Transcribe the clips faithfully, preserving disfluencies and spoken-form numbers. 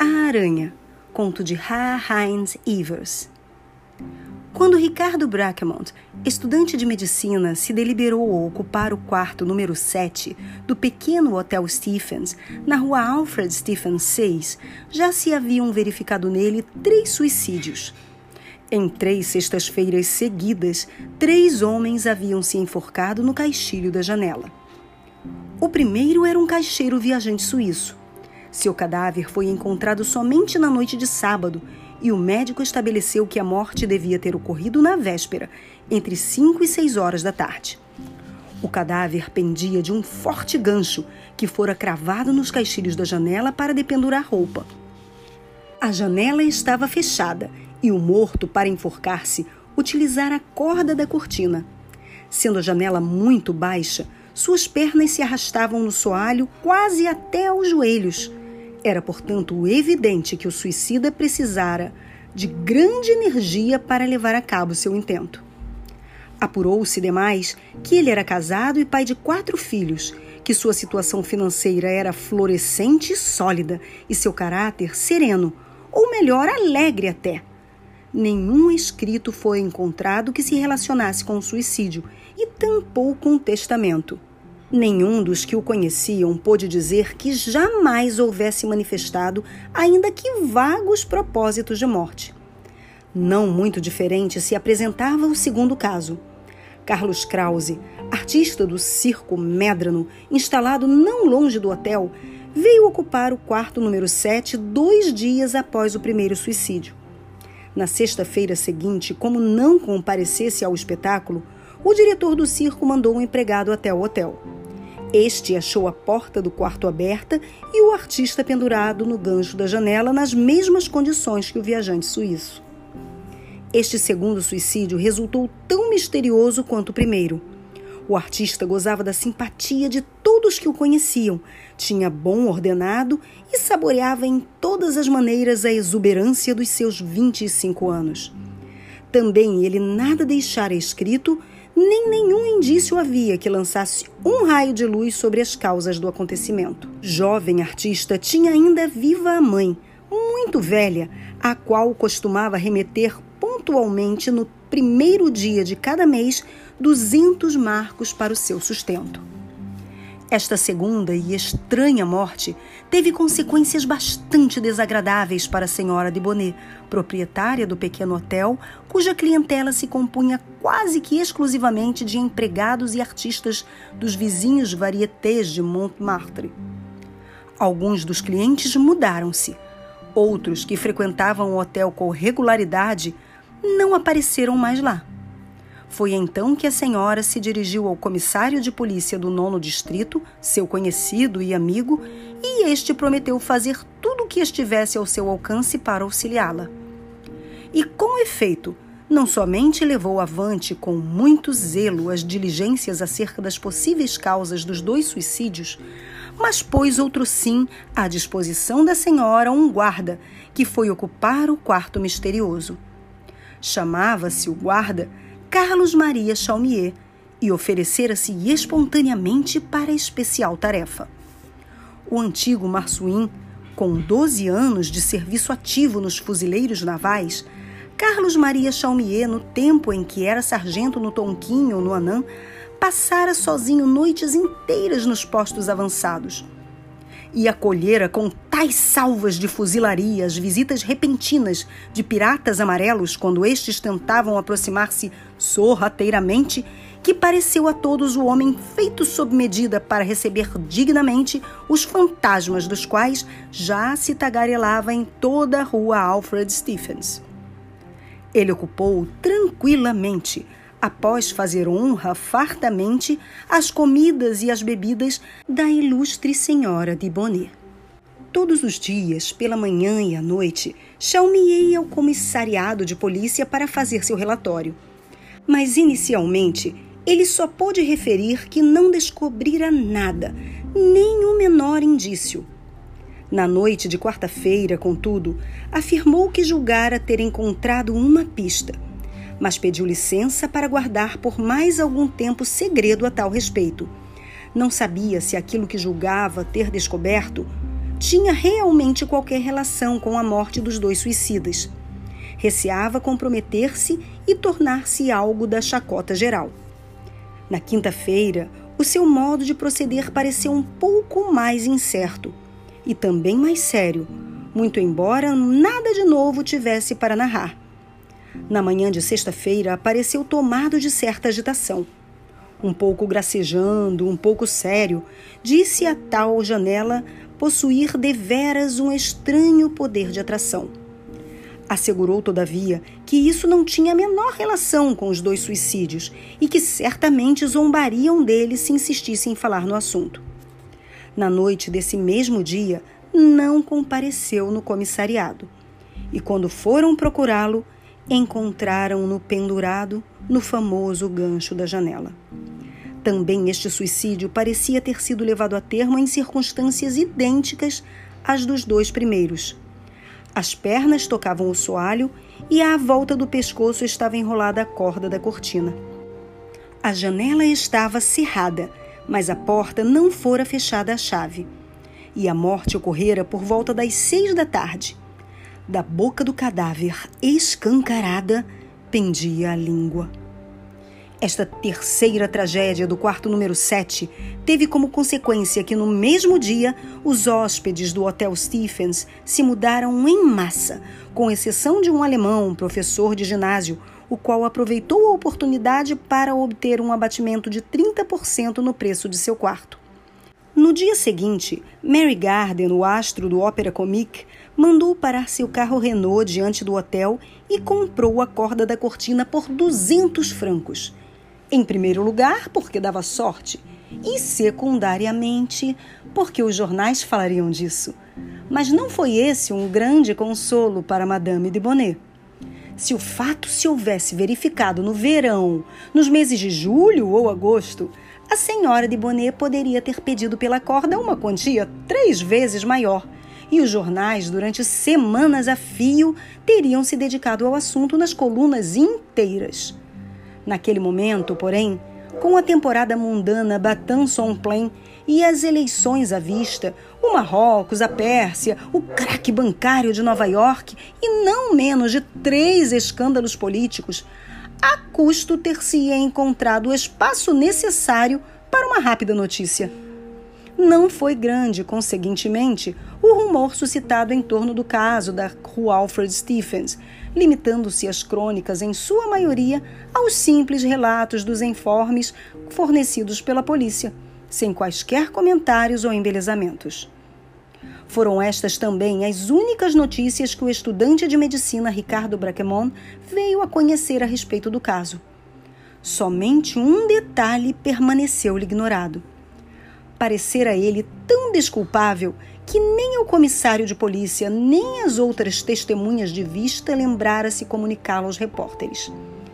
A Aranha, conto de H. Heinz Evers. Quando Ricardo Bracamont, estudante de medicina, se deliberou a ocupar o quarto número sete do pequeno Hotel Stephens, na rua Alfred Stephens seis, já se haviam verificado nele três suicídios. Em três sextas-feiras seguidas, três homens haviam se enforcado no caixilho da janela. O primeiro era um caixeiro viajante suíço. Seu cadáver foi encontrado somente na noite de sábado e o médico estabeleceu que a morte devia ter ocorrido na véspera, entre cinco e seis horas da tarde. O cadáver pendia de um forte gancho que fora cravado nos caixilhos da janela para dependurar roupa. A janela estava fechada e o morto, para enforcar-se, utilizara a corda da cortina. Sendo a janela muito baixa, suas pernas se arrastavam no soalho quase até aos joelhos. Era, portanto, evidente que o suicida precisara de grande energia para levar a cabo seu intento. Apurou-se demais que ele era casado e pai de quatro filhos, que sua situação financeira era florescente e sólida e seu caráter sereno, ou melhor, alegre até. Nenhum escrito foi encontrado que se relacionasse com o suicídio e tampouco um testamento. Nenhum dos que o conheciam pôde dizer que jamais houvesse manifestado, ainda que vagos propósitos de morte. Não muito diferente se apresentava o segundo caso. Carlos Krause, artista do circo Médrano, instalado não longe do hotel, veio ocupar o quarto número sete dois dias após o primeiro suicídio. Na sexta-feira seguinte, como não comparecesse ao espetáculo, o diretor do circo mandou um empregado até o hotel. Este achou a porta do quarto aberta e o artista pendurado no gancho da janela nas mesmas condições que o viajante suíço. Este segundo suicídio resultou tão misterioso quanto o primeiro. O artista gozava da simpatia de todos que o conheciam, tinha bom ordenado e saboreava em todas as maneiras a exuberância dos seus vinte e cinco anos. Também ele nada deixara escrito, nem nenhum indício havia que lançasse um raio de luz sobre as causas do acontecimento. Jovem artista tinha ainda viva a mãe, muito velha, a qual costumava remeter pontualmente no primeiro dia de cada mês duzentos marcos para o seu sustento. Esta segunda e estranha morte teve consequências bastante desagradáveis para a senhora de Bonnet, proprietária do pequeno hotel, cuja clientela se compunha quase que exclusivamente de empregados e artistas dos vizinhos varietés de Montmartre. Alguns dos clientes mudaram-se. Outros, que frequentavam o hotel com regularidade, não apareceram mais lá. Foi então que a senhora se dirigiu ao comissário de polícia do nono distrito, seu conhecido e amigo, e este prometeu fazer tudo o que estivesse ao seu alcance para auxiliá-la. E, com efeito, não somente levou avante com muito zelo as diligências acerca das possíveis causas dos dois suicídios, mas pôs outro sim à disposição da senhora um guarda, que foi ocupar o quarto misterioso. Chamava-se o guarda Carlos Maria Chalmier e oferecera-se espontaneamente para a especial tarefa. O antigo Marsuim, com doze anos de serviço ativo nos fuzileiros navais, Carlos Maria Chalmier, no tempo em que era sargento no Tonquim ou no Anã, passara sozinho noites inteiras nos postos avançados. E acolhera com tais salvas de fuzilaria as visitas repentinas de piratas amarelos quando estes tentavam aproximar-se sorrateiramente, que pareceu a todos o homem feito sob medida para receber dignamente os fantasmas dos quais já se tagarelava em toda a rua Alfred Stephens. Ele ocupou tranquilamente, após fazer honra fartamente às comidas e às bebidas da ilustre senhora de Bonnet. Todos os dias, pela manhã e à noite, Chalmier ia ao comissariado de polícia para fazer seu relatório. Mas, inicialmente, ele só pôde referir que não descobrira nada, nem o menor indício. Na noite de quarta-feira, contudo, afirmou que julgara ter encontrado uma pista, mas pediu licença para guardar por mais algum tempo segredo a tal respeito. Não sabia se aquilo que julgava ter descoberto tinha realmente qualquer relação com a morte dos dois suicidas. Receava comprometer-se e tornar-se algo da chacota geral. Na quinta-feira, o seu modo de proceder pareceu um pouco mais incerto e também mais sério, muito embora nada de novo tivesse para narrar. Na manhã de sexta-feira, apareceu tomado de certa agitação. Um pouco gracejando, um pouco sério, disse a tal janela possuir deveras um estranho poder de atração. Assegurou, todavia, que isso não tinha a menor relação com os dois suicídios e que certamente zombariam dele se insistissem em falar no assunto. Na noite desse mesmo dia, não compareceu no comissariado e, quando foram procurá-lo, encontraram-no pendurado no famoso gancho da janela. Também este suicídio parecia ter sido levado a termo em circunstâncias idênticas às dos dois primeiros. As pernas tocavam o soalho e à volta do pescoço estava enrolada a corda da cortina. A janela estava cerrada, mas a porta não fora fechada à chave. E a morte ocorrera por volta das seis da tarde. Da boca do cadáver, escancarada, pendia a língua. Esta terceira tragédia do quarto número sete teve como consequência que no mesmo dia os hóspedes do Hotel Stephens se mudaram em massa, com exceção de um alemão, professor de ginásio, o qual aproveitou a oportunidade para obter um abatimento de trinta por cento no preço de seu quarto. No dia seguinte, Mary Garden, o astro do Opéra Comique, mandou parar seu carro Renault diante do hotel e comprou a corda da cortina por duzentos francos. Em primeiro lugar, porque dava sorte, e secundariamente, porque os jornais falariam disso. Mas não foi esse um grande consolo para Madame de Bonnet. Se o fato se houvesse verificado no verão, nos meses de julho ou agosto, a senhora de Bonnet poderia ter pedido pela corda uma quantia três vezes maior, e os jornais, durante semanas a fio, teriam se dedicado ao assunto nas colunas inteiras. Naquele momento, porém, com a temporada mundana Batin-Son-Plain e as eleições à vista, o Marrocos, a Pérsia, o craque bancário de Nova York e não menos de três escândalos políticos, a custo ter-se-ia encontrado o espaço necessário para uma rápida notícia. Não foi grande, conseguintemente, o rumor suscitado em torno do caso da Rua Alfred Stephens, limitando-se as crônicas, em sua maioria, aos simples relatos dos informes fornecidos pela polícia, sem quaisquer comentários ou embelezamentos. Foram estas também as únicas notícias que o estudante de medicina Ricardo Braquemont veio a conhecer a respeito do caso. Somente um detalhe permaneceu-lhe ignorado. Parecera ele tão desculpável que nem o comissário de polícia, nem as outras testemunhas de vista lembrara-se comunicá-lo aos repórteres.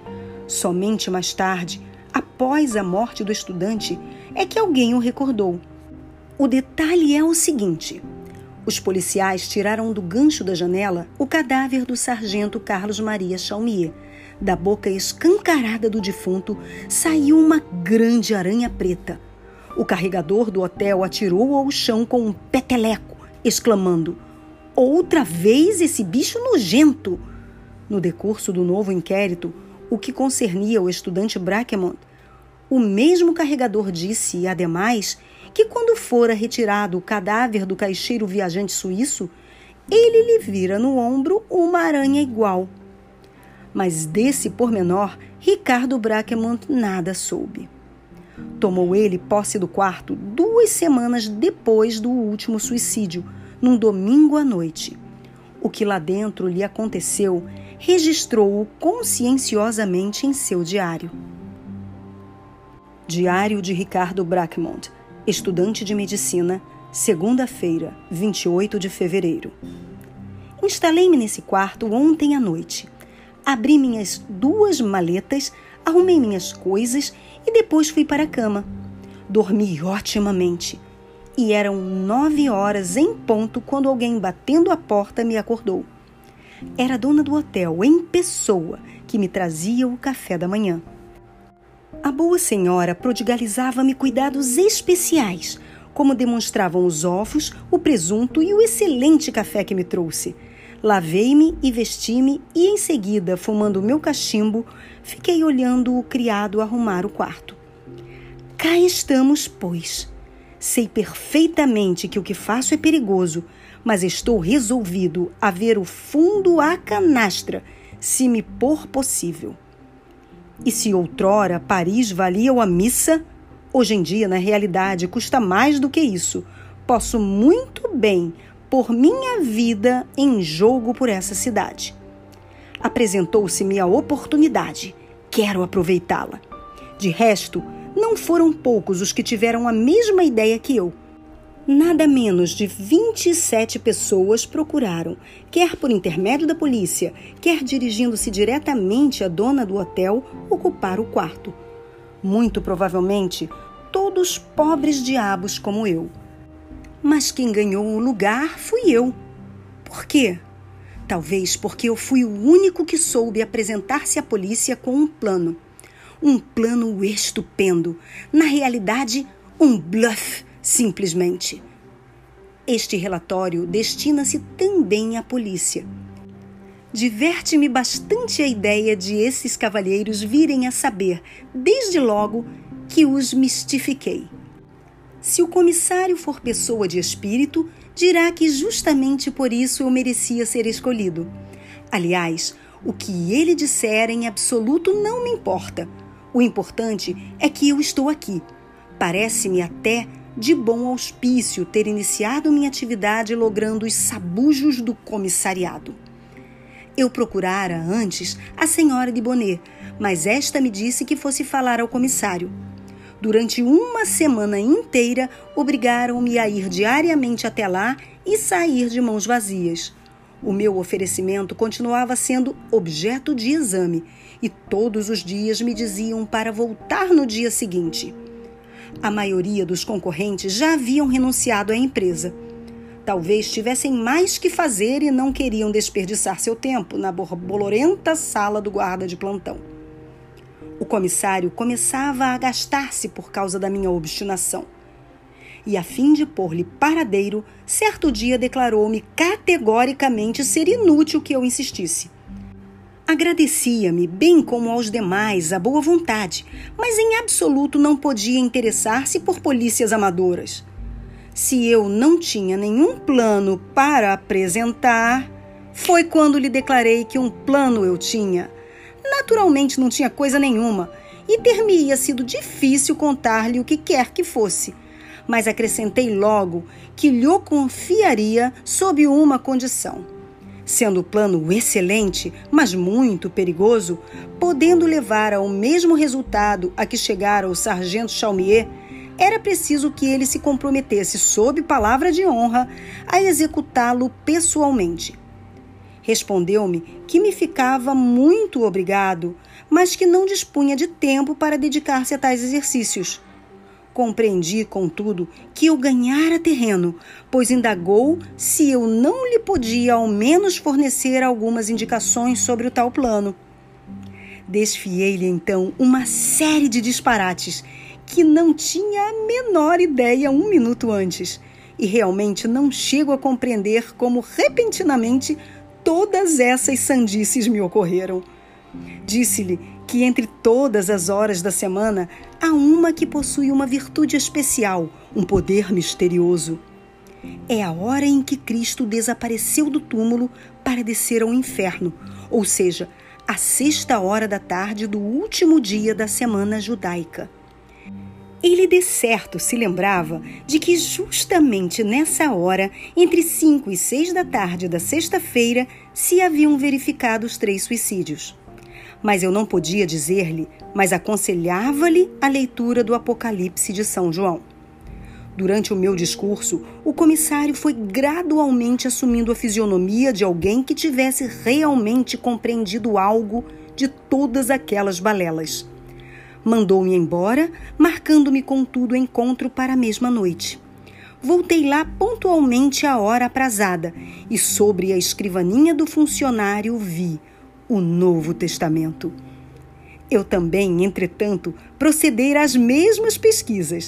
Somente mais tarde, após a morte do estudante, é que alguém o recordou. O detalhe é o seguinte: os policiais tiraram do gancho da janela o cadáver do sargento Carlos Maria Chaumier. Da boca escancarada do defunto saiu uma grande aranha preta. O carregador do hotel atirou-o ao chão com um peteleco, exclamando: "Outra vez esse bicho nojento!" No decurso do novo inquérito, o que concernia o estudante Braquemont, o mesmo carregador disse, ademais, que quando fora retirado o cadáver do caixeiro viajante suíço, ele lhe vira no ombro uma aranha igual. Mas desse pormenor, Ricardo Braquemont nada soube. Tomou ele posse do quarto duas semanas depois do último suicídio, num domingo à noite. O que lá dentro lhe aconteceu, registrou-o conscienciosamente em seu diário. Diário de Ricardo Braquemont, estudante de medicina, segunda-feira, vinte e oito de fevereiro. Instalei-me nesse quarto ontem à noite. Abri minhas duas maletas, arrumei minhas coisas e depois fui para a cama. Dormi otimamente. E eram nove horas em ponto quando alguém batendo a porta me acordou. Era a dona do hotel, em pessoa, que me trazia o café da manhã. A boa senhora prodigalizava-me cuidados especiais, como demonstravam os ovos, o presunto e o excelente café que me trouxe. Lavei-me e vesti-me e, em seguida, fumando o meu cachimbo, fiquei olhando o criado arrumar o quarto. Cá estamos, pois. Sei perfeitamente que o que faço é perigoso, mas estou resolvido a ver o fundo à canastra, se me for possível. E se outrora Paris valia a missa, hoje em dia, na realidade, custa mais do que isso. Posso muito bem pôr minha vida em jogo por essa cidade. Apresentou-se-me a oportunidade. Quero aproveitá-la. De resto, não foram poucos os que tiveram a mesma ideia que eu. Nada menos de vinte e sete pessoas procuraram, quer por intermédio da polícia, quer dirigindo-se diretamente à dona do hotel, ocupar o quarto. Muito provavelmente, todos pobres diabos como eu. Mas quem ganhou o lugar fui eu. Por quê? Talvez porque eu fui o único que soube apresentar-se à polícia com um plano. Um plano estupendo. Na realidade, um bluff, simplesmente. Este relatório destina-se também à polícia. Diverte-me bastante a ideia de esses cavalheiros virem a saber, desde logo, que os mistifiquei. Se o comissário for pessoa de espírito, dirá que justamente por isso eu merecia ser escolhido. Aliás, o que ele disser em absoluto não me importa. O importante é que eu estou aqui. Parece-me até de bom auspício ter iniciado minha atividade logrando os sabujos do comissariado. Eu procurara antes a senhora de Bonnet, mas esta me disse que fosse falar ao comissário. Durante uma semana inteira, obrigaram-me a ir diariamente até lá e sair de mãos vazias. O meu oferecimento continuava sendo objeto de exame e todos os dias me diziam para voltar no dia seguinte. A maioria dos concorrentes já haviam renunciado à empresa. Talvez tivessem mais que fazer e não queriam desperdiçar seu tempo na bolorenta sala do guarda de plantão. O comissário começava a gastar-se por causa da minha obstinação. E, a fim de pôr-lhe paradeiro, certo dia declarou-me categoricamente ser inútil que eu insistisse. Agradecia-me, bem como aos demais, a boa vontade, mas em absoluto não podia interessar-se por polícias amadoras. Se eu não tinha nenhum plano para apresentar, foi quando lhe declarei que um plano eu tinha. Naturalmente não tinha coisa nenhuma, e ter-me-ia sido difícil contar-lhe o que quer que fosse. Mas acrescentei logo que lhe o confiaria sob uma condição. Sendo o plano excelente, mas muito perigoso, podendo levar ao mesmo resultado a que chegara o sargento Chalmier, era preciso que ele se comprometesse, sob palavra de honra, a executá-lo pessoalmente. Respondeu-me que me ficava muito obrigado, mas que não dispunha de tempo para dedicar-se a tais exercícios. Compreendi, contudo, que eu ganhara terreno, pois indagou se eu não lhe podia ao menos fornecer algumas indicações sobre o tal plano. Desfiei-lhe então uma série de disparates que não tinha a menor ideia um minuto antes, e realmente não chego a compreender como repentinamente todas essas sandices me ocorreram. Disse-lhe que entre todas as horas da semana há uma que possui uma virtude especial, um poder misterioso. É a hora em que Cristo desapareceu do túmulo para descer ao inferno, ou seja, a sexta hora da tarde do último dia da semana judaica. Ele de certo se lembrava de que justamente nessa hora, entre cinco e seis da tarde da sexta-feira, se haviam verificado os três suicídios. Mas eu não podia dizer-lhe, mas aconselhava-lhe a leitura do Apocalipse de São João. Durante o meu discurso, o comissário foi gradualmente assumindo a fisionomia de alguém que tivesse realmente compreendido algo de todas aquelas balelas. Mandou-me embora, marcando-me contudo encontro para a mesma noite. Voltei lá pontualmente à hora aprazada e sobre a escrivaninha do funcionário vi o Novo Testamento. Eu também, entretanto, procedera às mesmas pesquisas.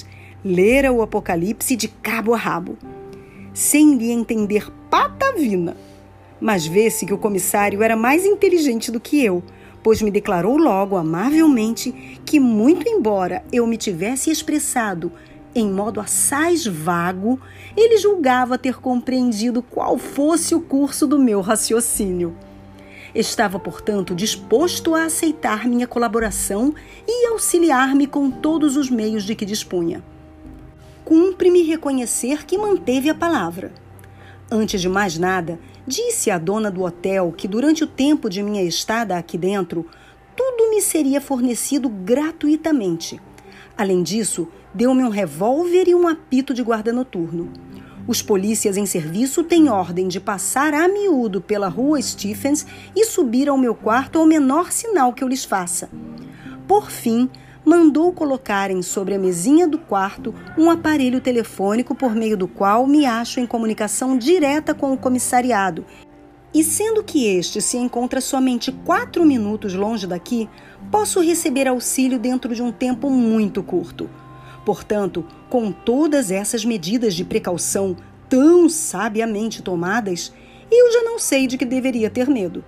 Lera o Apocalipse de cabo a rabo, sem lhe entender patavina. Mas vê-se que o comissário era mais inteligente do que eu, pois me declarou logo, amavelmente, que muito embora eu me tivesse expressado em modo assaz vago, ele julgava ter compreendido qual fosse o curso do meu raciocínio. Estava, portanto, disposto a aceitar minha colaboração e auxiliar-me com todos os meios de que dispunha. Cumpre-me reconhecer que manteve a palavra. Antes de mais nada, disse à dona do hotel que durante o tempo de minha estada aqui dentro, tudo me seria fornecido gratuitamente. Além disso, deu-me um revólver e um apito de guarda noturno. Os polícias em serviço têm ordem de passar a miúdo pela rua Stephens e subir ao meu quarto ao menor sinal que eu lhes faça. Por fim, mandou colocarem sobre a mesinha do quarto um aparelho telefônico por meio do qual me acho em comunicação direta com o comissariado. E sendo que este se encontra somente quatro minutos longe daqui, posso receber auxílio dentro de um tempo muito curto. Portanto, com todas essas medidas de precaução tão sabiamente tomadas, eu já não sei de que deveria ter medo.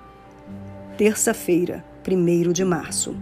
Terça-feira, primeiro de março.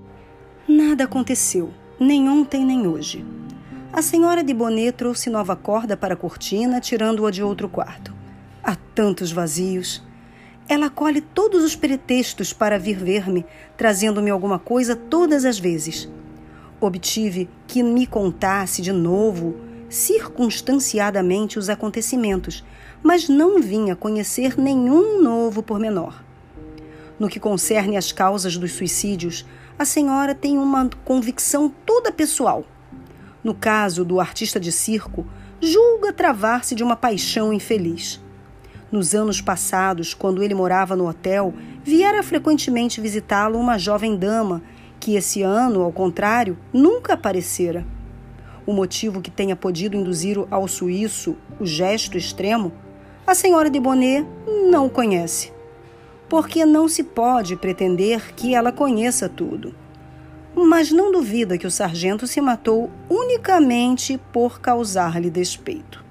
Nada aconteceu, nem ontem nem hoje. A senhora de Bonnet trouxe nova corda para a cortina, tirando-a de outro quarto. Há tantos vazios. Ela colhe todos os pretextos para vir ver-me, trazendo-me alguma coisa todas as vezes. Obtive que me contasse de novo, circunstanciadamente, os acontecimentos, mas não vinha conhecer nenhum novo pormenor. No que concerne às causas dos suicídios, a senhora tem uma convicção toda pessoal. No caso do artista de circo, julga travar-se de uma paixão infeliz. Nos anos passados, quando ele morava no hotel, viera frequentemente visitá-lo uma jovem dama, que esse ano, ao contrário, nunca aparecera. O motivo que tenha podido induzir ao suíço o gesto extremo, a senhora de Bonnet não o conhece, porque não se pode pretender que ela conheça tudo. Mas não duvida que o sargento se matou unicamente por causar-lhe despeito.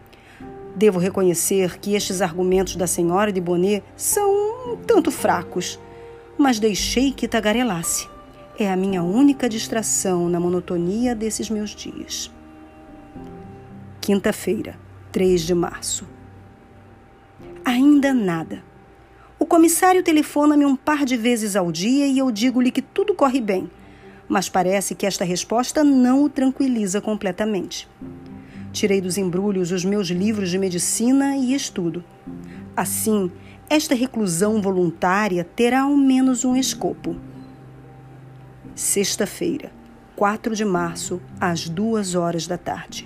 Devo reconhecer que estes argumentos da senhora de Bonnet são um tanto fracos, mas deixei que tagarelasse. É a minha única distração na monotonia desses meus dias. Quinta-feira, três de março. Ainda nada. O comissário telefona-me um par de vezes ao dia e eu digo-lhe que tudo corre bem, mas parece que esta resposta não o tranquiliza completamente. Tirei dos embrulhos os meus livros de medicina e estudo. Assim, esta reclusão voluntária terá ao menos um escopo. Sexta-feira, quatro de março, às duas horas da tarde.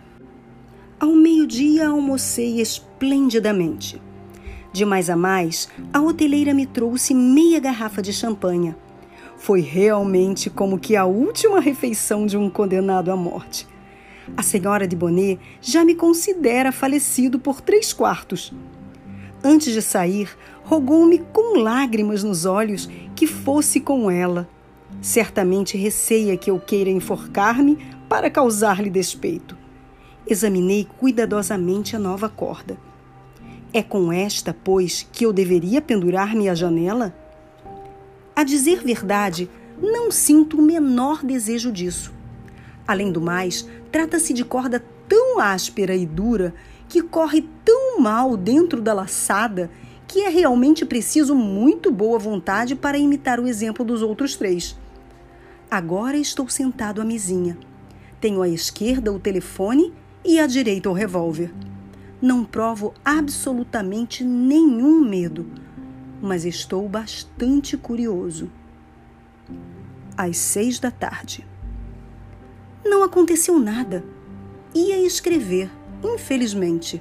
Ao meio-dia almocei esplendidamente. De mais a mais, a hoteleira me trouxe meia garrafa de champanha. Foi realmente como que a última refeição de um condenado à morte. A senhora de Bonnet já me considera falecido por três quartos. Antes de sair, rogou-me com lágrimas nos olhos que fosse com ela. Certamente receia que eu queira enforcar-me para causar-lhe despeito. Examinei cuidadosamente a nova corda. É com esta, pois, que eu deveria pendurar-me à janela? A dizer verdade, não sinto o menor desejo disso. Além do mais, trata-se de corda tão áspera e dura que corre tão mal dentro da laçada que é realmente preciso muito boa vontade para imitar o exemplo dos outros três. Agora estou sentado à mesinha. Tenho à esquerda o telefone e à direita o revólver. Não provo absolutamente nenhum medo, mas estou bastante curioso. Às seis da tarde. Não aconteceu nada. Ia escrever, infelizmente.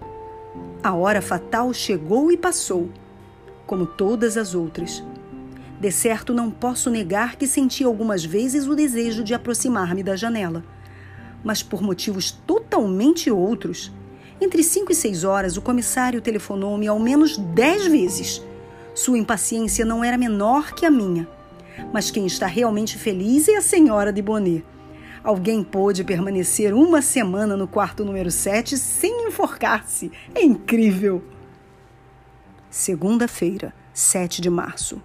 A hora fatal chegou e passou, como todas as outras. De certo, não posso negar que senti algumas vezes o desejo de aproximar-me da janela, mas por motivos totalmente outros. Entre cinco e seis horas, o comissário telefonou-me ao menos dez vezes. Sua impaciência não era menor que a minha. Mas quem está realmente feliz é a senhora de Bonnet. Alguém pôde permanecer uma semana no quarto número sete sem enforcar-se. É incrível! Segunda-feira, sete de março.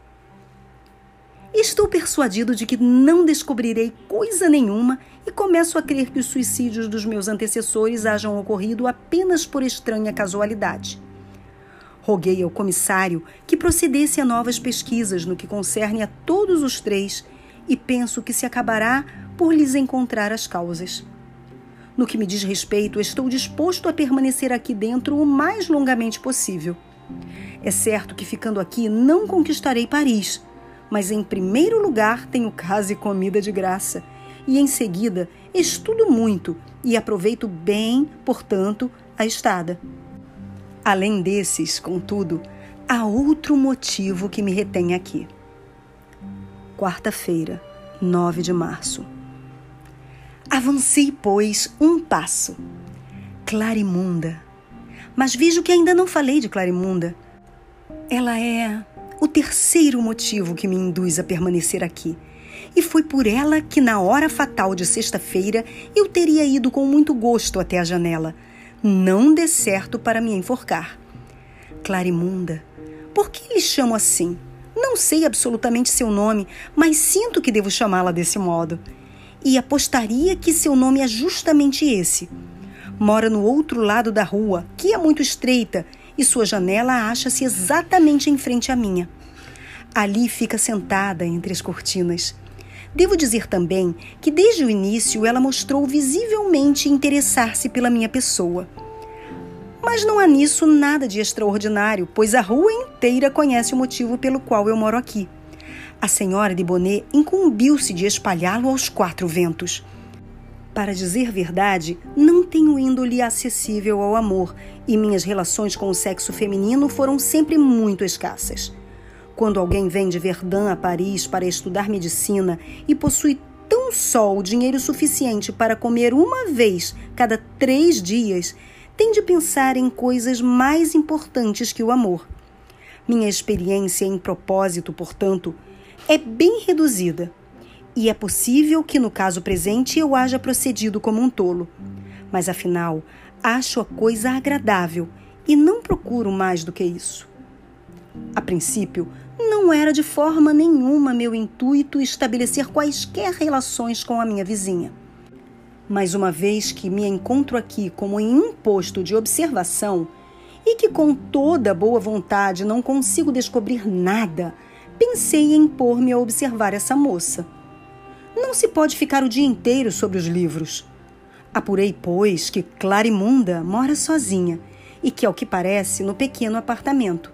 Estou persuadido de que não descobrirei coisa nenhuma e começo a crer que os suicídios dos meus antecessores hajam ocorrido apenas por estranha casualidade. Roguei ao comissário que procedesse a novas pesquisas no que concerne a todos os três e penso que se acabará por lhes encontrar as causas. No que me diz respeito, estou disposto a permanecer aqui dentro o mais longamente possível. É certo que ficando aqui não conquistarei Paris, mas em primeiro lugar tenho casa e comida de graça, e em seguida estudo muito e aproveito bem, portanto, a estada. Além desses, contudo, há outro motivo que me retém aqui. Quarta-feira, nove de março. Avancei, pois, um passo. Clarimunda. Mas vejo que ainda não falei de Clarimunda. Ela é o terceiro motivo que me induz a permanecer aqui. E foi por ela que, na hora fatal de sexta-feira, eu teria ido com muito gosto até a janela. Não dê certo para me enforcar. Clarimunda. Por que lhe chamo assim? Não sei absolutamente seu nome, mas sinto que devo chamá-la desse modo. E apostaria que seu nome é justamente esse. Mora no outro lado da rua, que é muito estreita, e sua janela acha-se exatamente em frente à minha. Ali fica sentada entre as cortinas. Devo dizer também que desde o início ela mostrou visivelmente interessar-se pela minha pessoa. Mas não há nisso nada de extraordinário, pois a rua inteira conhece o motivo pelo qual eu moro aqui. A senhora de Bonnet incumbiu-se de espalhá-lo aos quatro ventos. Para dizer verdade, não tenho índole acessível ao amor e minhas relações com o sexo feminino foram sempre muito escassas. Quando alguém vem de Verdun a Paris para estudar medicina e possui tão só o dinheiro suficiente para comer uma vez cada três dias, tem de pensar em coisas mais importantes que o amor. Minha experiência em propósito, portanto, é bem reduzida. E é possível que, no caso presente, eu haja procedido como um tolo. Mas, afinal, acho a coisa agradável e não procuro mais do que isso. A princípio, não era de forma nenhuma meu intuito estabelecer quaisquer relações com a minha vizinha. Mas uma vez que me encontro aqui como em um posto de observação e que com toda boa vontade não consigo descobrir nada, pensei em pôr-me a observar essa moça. Não se pode ficar o dia inteiro sobre os livros. Apurei, pois, que Clarimunda mora sozinha e que, ao que parece, no pequeno apartamento.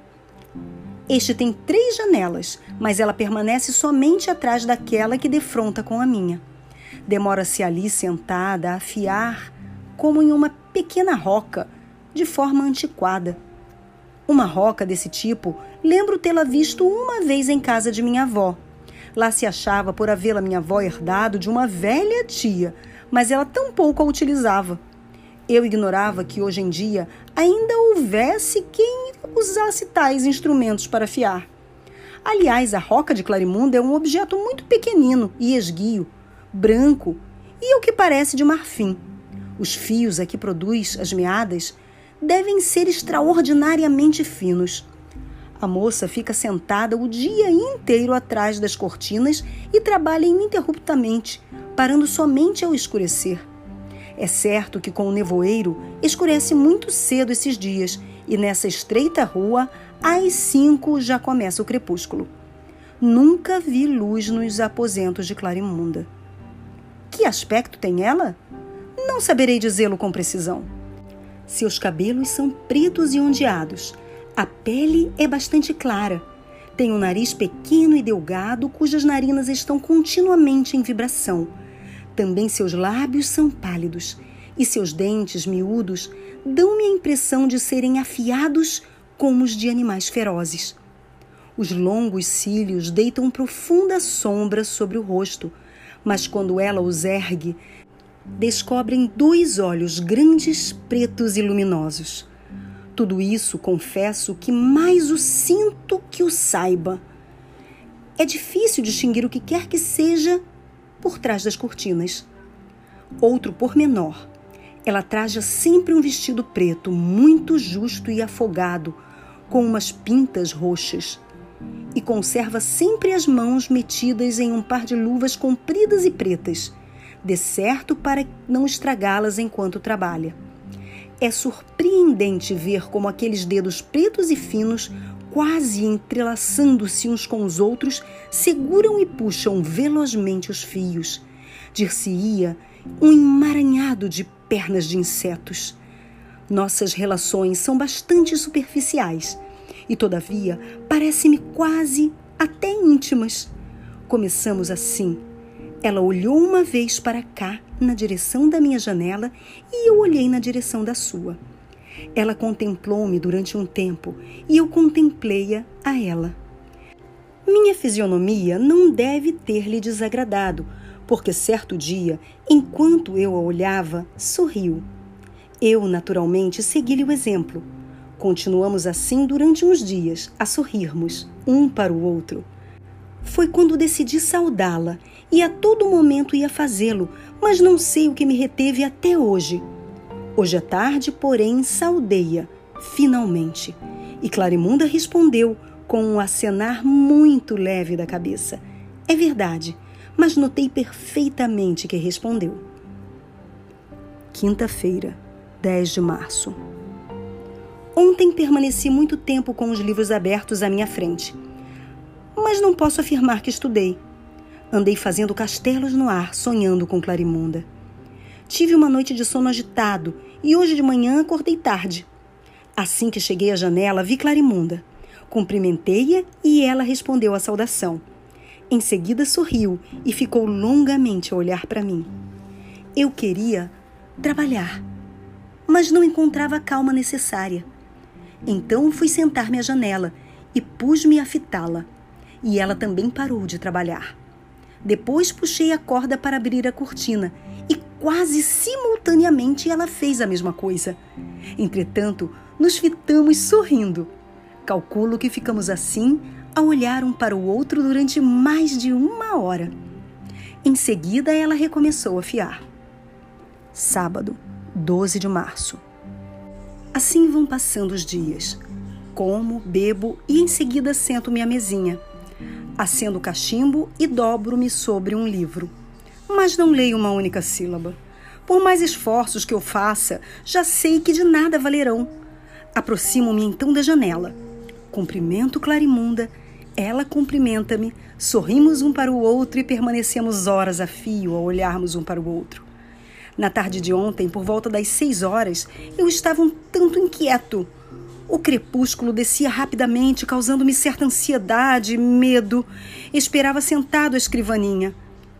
Este tem três janelas, mas ela permanece somente atrás daquela que defronta com a minha. Demora-se ali sentada a afiar, como em uma pequena roca, de forma antiquada. Uma roca desse tipo lembro tê-la visto uma vez em casa de minha avó. Lá se achava por havê-la minha avó herdado de uma velha tia, mas ela tampouco a utilizava. Eu ignorava que hoje em dia ainda houvesse quem usasse tais instrumentos para afiar. Aliás, a roca de Clarimunda é um objeto muito pequenino e esguio, branco e ao que parece de marfim. Os fios a que produz as meadas devem ser extraordinariamente finos. A moça fica sentada o dia inteiro atrás das cortinas e trabalha ininterruptamente, parando somente ao escurecer. É certo que com o nevoeiro escurece muito cedo esses dias e nessa estreita rua, às cinco já começa o crepúsculo. Nunca vi luz nos aposentos de Clarimunda. Que aspecto tem ela? Não saberei dizê-lo com precisão. Seus cabelos são pretos e ondeados. A pele é bastante clara. Tem um nariz pequeno e delgado, cujas narinas estão continuamente em vibração. Também seus lábios são pálidos, e seus dentes miúdos dão-me a impressão de serem afiados como os de animais ferozes. Os longos cílios deitam profunda sombra sobre o rosto, mas quando ela os ergue, descobrem dois olhos grandes, pretos e luminosos. Tudo isso, confesso, que mais o sinto que o saiba. É difícil distinguir o que quer que seja por trás das cortinas. Outro pormenor. Ela traja sempre um vestido preto, muito justo e afogado, com umas pintas roxas. E conserva sempre as mãos metidas em um par de luvas compridas e pretas, de certo para não estragá-las enquanto trabalha. É surpreendente ver como aqueles dedos pretos e finos, quase entrelaçando-se uns com os outros, seguram e puxam velozmente os fios. Dir-se-ia um emaranhado de pernas de insetos. Nossas relações são bastante superficiais e, todavia, parecem-me quase até íntimas. Começamos assim. Ela olhou uma vez para cá, na direção da minha janela, e eu olhei na direção da sua. Ela contemplou-me durante um tempo e eu contemplei-a a ela. Minha fisionomia não deve ter-lhe desagradado, porque certo dia, enquanto eu a olhava, sorriu. Eu, naturalmente, segui-lhe o exemplo. Continuamos assim durante uns dias, a sorrirmos, um para o outro. Foi quando decidi saudá-la, e a todo momento ia fazê-lo, mas não sei o que me reteve até hoje. Hoje à tarde, porém, saudei-a, finalmente. E Clarimunda respondeu com um acenar muito leve da cabeça. É verdade, mas notei perfeitamente que respondeu. Quinta-feira, dez de março. Ontem permaneci muito tempo com os livros abertos à minha frente, mas não posso afirmar que estudei. Andei fazendo castelos no ar, sonhando com Clarimunda. Tive uma noite de sono agitado e hoje de manhã acordei tarde. Assim que cheguei à janela, vi Clarimunda. Cumprimentei-a e ela respondeu à saudação. Em seguida sorriu e ficou longamente a olhar para mim. Eu queria trabalhar, mas não encontrava a calma necessária. Então fui sentar-me à janela e pus-me a fitá-la. E ela também parou de trabalhar. Depois puxei a corda para abrir a cortina e quase simultaneamente ela fez a mesma coisa. Entretanto, nos fitamos sorrindo. Calculo que ficamos assim a olhar um para o outro durante mais de uma hora. Em seguida, ela recomeçou a fiar. Sábado, doze de março. Assim vão passando os dias. Como, bebo e em seguida sento-me à mesinha. Acendo o cachimbo e dobro-me sobre um livro. Mas não leio uma única sílaba. Por mais esforços que eu faça, já sei que de nada valerão. Aproximo-me então da janela. Cumprimento Clarimunda, ela cumprimenta-me, sorrimos um para o outro e permanecemos horas a fio a olharmos um para o outro. Na tarde de ontem, por volta das seis horas, eu estava um tanto inquieto. O crepúsculo descia rapidamente, causando-me certa ansiedade e medo. Esperava sentado à escrivaninha.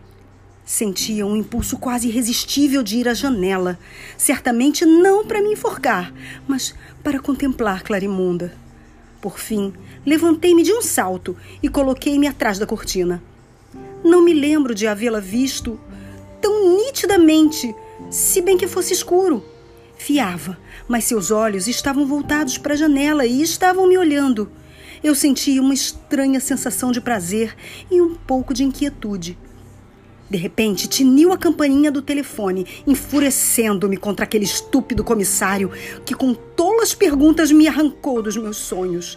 Sentia um impulso quase irresistível de ir à janela. Certamente não para me enforcar, mas para contemplar Clarimunda. Por fim, levantei-me de um salto e coloquei-me atrás da cortina. Não me lembro de havê-la visto tão nitidamente, se bem que fosse escuro. Fiava, mas seus olhos estavam voltados para a janela e estavam me olhando. Eu sentia uma estranha sensação de prazer e um pouco de inquietude. De repente, tiniu a campainha do telefone, enfurecendo-me contra aquele estúpido comissário que com tolas perguntas me arrancou dos meus sonhos.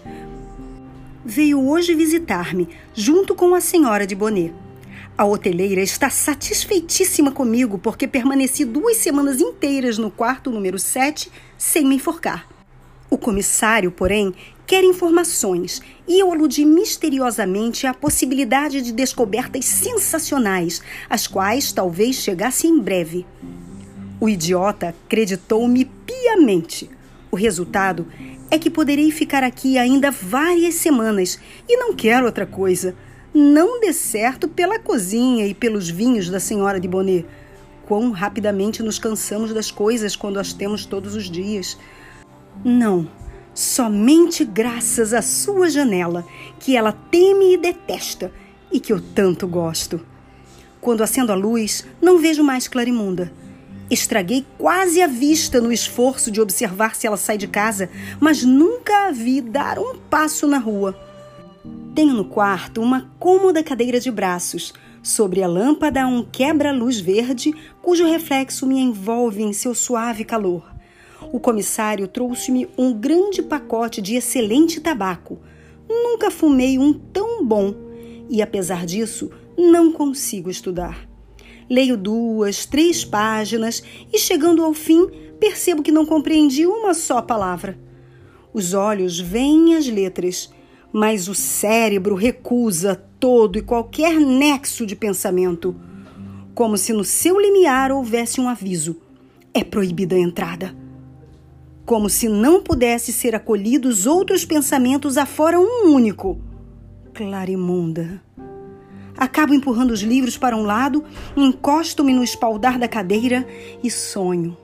Veio hoje visitar-me, junto com a senhora de Bonnet. A hoteleira está satisfeitíssima comigo porque permaneci duas semanas inteiras no quarto número sete sem me enforcar. O comissário, porém, quer informações e eu aludi misteriosamente à possibilidade de descobertas sensacionais, as quais talvez chegassem em breve. O idiota acreditou-me piamente. O resultado é que poderei ficar aqui ainda várias semanas e não quero outra coisa. Não dê certo pela cozinha e pelos vinhos da senhora de Bonnet. Quão rapidamente nos cansamos das coisas quando as temos todos os dias. Não, somente graças à sua janela, que ela teme e detesta, e que eu tanto gosto. Quando acendo a luz, não vejo mais Clarimunda. Estraguei quase a vista no esforço de observar se ela sai de casa, mas nunca a vi dar um passo na rua. Tenho no quarto uma cômoda cadeira de braços. Sobre a lâmpada há um quebra-luz verde cujo reflexo me envolve em seu suave calor. O comissário trouxe-me um grande pacote de excelente tabaco. Nunca fumei um tão bom e, apesar disso, não consigo estudar. Leio duas, três páginas e, chegando ao fim, percebo que não compreendi uma só palavra. Os olhos veem as letras, mas o cérebro recusa todo e qualquer nexo de pensamento, como se no seu limiar houvesse um aviso: é proibida a entrada. Como se não pudesse ser acolhidos outros pensamentos afora um único: Clarimunda. Acabo empurrando os livros para um lado, encosto-me no espaldar da cadeira e sonho.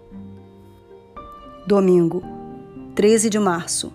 Domingo, treze de março.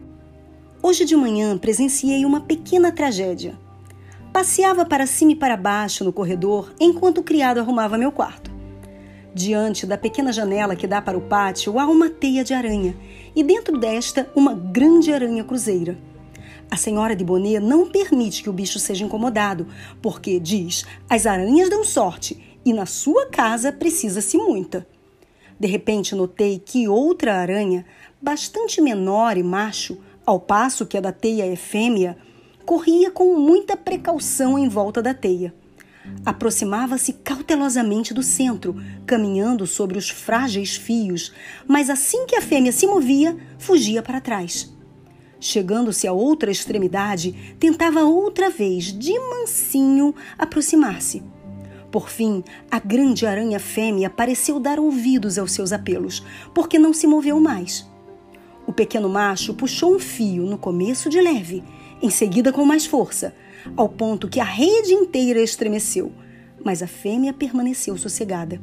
Hoje de manhã presenciei uma pequena tragédia. Passeava para cima e para baixo no corredor enquanto o criado arrumava meu quarto. Diante da pequena janela que dá para o pátio há uma teia de aranha e dentro desta uma grande aranha cruzeira. A senhora de Bonnet não permite que o bicho seja incomodado, porque, diz, as aranhas dão sorte e na sua casa precisa-se muita. De repente notei que outra aranha, bastante menor e macho, ao passo que a da teia é fêmea, corria com muita precaução em volta da teia. Aproximava-se cautelosamente do centro, caminhando sobre os frágeis fios, mas assim que a fêmea se movia, fugia para trás. Chegando-se à outra extremidade, tentava outra vez, de mansinho, aproximar-se. Por fim, a grande aranha fêmea pareceu dar ouvidos aos seus apelos, porque não se moveu mais. O pequeno macho puxou um fio, no começo de leve, em seguida com mais força, ao ponto que a rede inteira estremeceu, mas a fêmea permaneceu sossegada.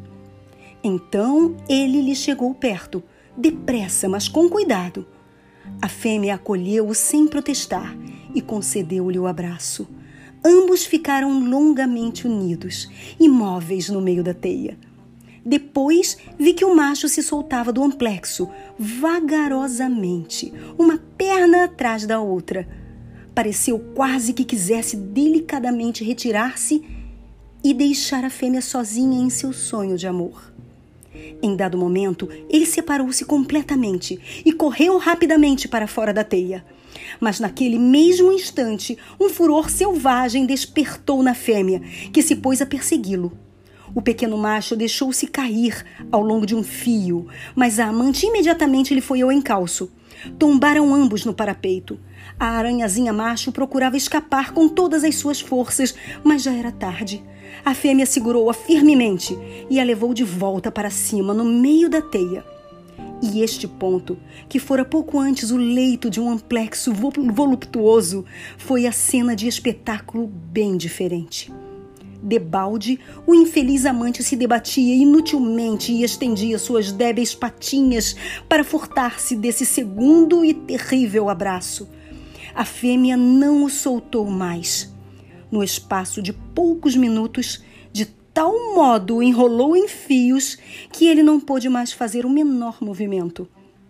Então ele lhe chegou perto, depressa, mas com cuidado. A fêmea acolheu-o sem protestar e concedeu-lhe o abraço. Ambos ficaram longamente unidos, imóveis no meio da teia. Depois vi que o macho se soltava do amplexo, vagarosamente, uma perna atrás da outra. Pareceu quase que quisesse delicadamente retirar-se e deixar a fêmea sozinha em seu sonho de amor. Em dado momento, ele separou-se completamente e correu rapidamente para fora da teia. Mas naquele mesmo instante, um furor selvagem despertou na fêmea, que se pôs a persegui-lo. O pequeno macho deixou-se cair ao longo de um fio, mas a amante imediatamente lhe foi ao encalço. Tombaram ambos no parapeito. A aranhazinha macho procurava escapar com todas as suas forças, mas já era tarde. A fêmea segurou-a firmemente e a levou de volta para cima, no meio da teia. E este ponto, que fora pouco antes o leito de um amplexo voluptuoso, foi a cena de espetáculo bem diferente. Debalde, o infeliz amante se debatia inutilmente e estendia suas débeis patinhas para furtar-se desse segundo e terrível abraço. A fêmea não o soltou mais. No espaço de poucos minutos, de tal modo o enrolou em fios que ele não pôde mais fazer o menor movimento.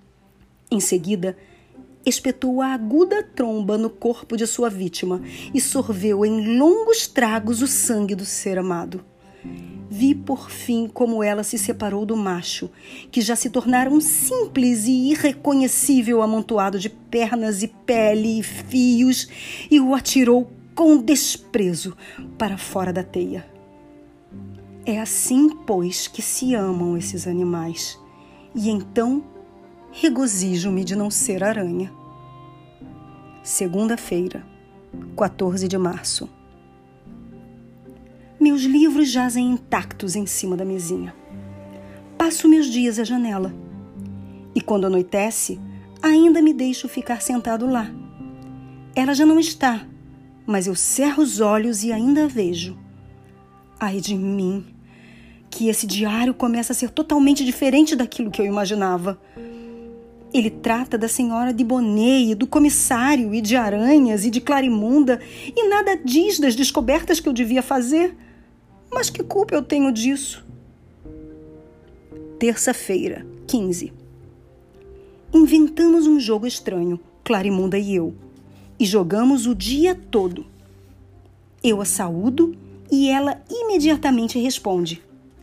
Em seguida, espetou a aguda tromba no corpo de sua vítima e sorveu em longos tragos o sangue do ser amado. Vi por fim como ela se separou do macho, que já se tornara um simples e irreconhecível amontoado de pernas e pele e fios, e o atirou com desprezo para fora da teia. É assim, pois, que se amam esses animais. E então regozijo-me de não ser aranha. Segunda-feira, quatorze de março. Meus livros jazem intactos em cima da mesinha. Passo meus dias à janela. E quando anoitece, ainda me deixo ficar sentado lá. Ela já não está, mas eu cerro os olhos e ainda a vejo. Ai de mim, que esse diário começa a ser totalmente diferente daquilo que eu imaginava. Ele trata da senhora de Bonnet e do comissário e de aranhas e de Clarimunda e nada diz das descobertas que eu devia fazer. Mas que culpa eu tenho disso? Terça-feira, quinze. Inventamos um jogo estranho, Clarimunda e eu, e jogamos o dia todo. Eu a saúdo e ela imediatamente responde.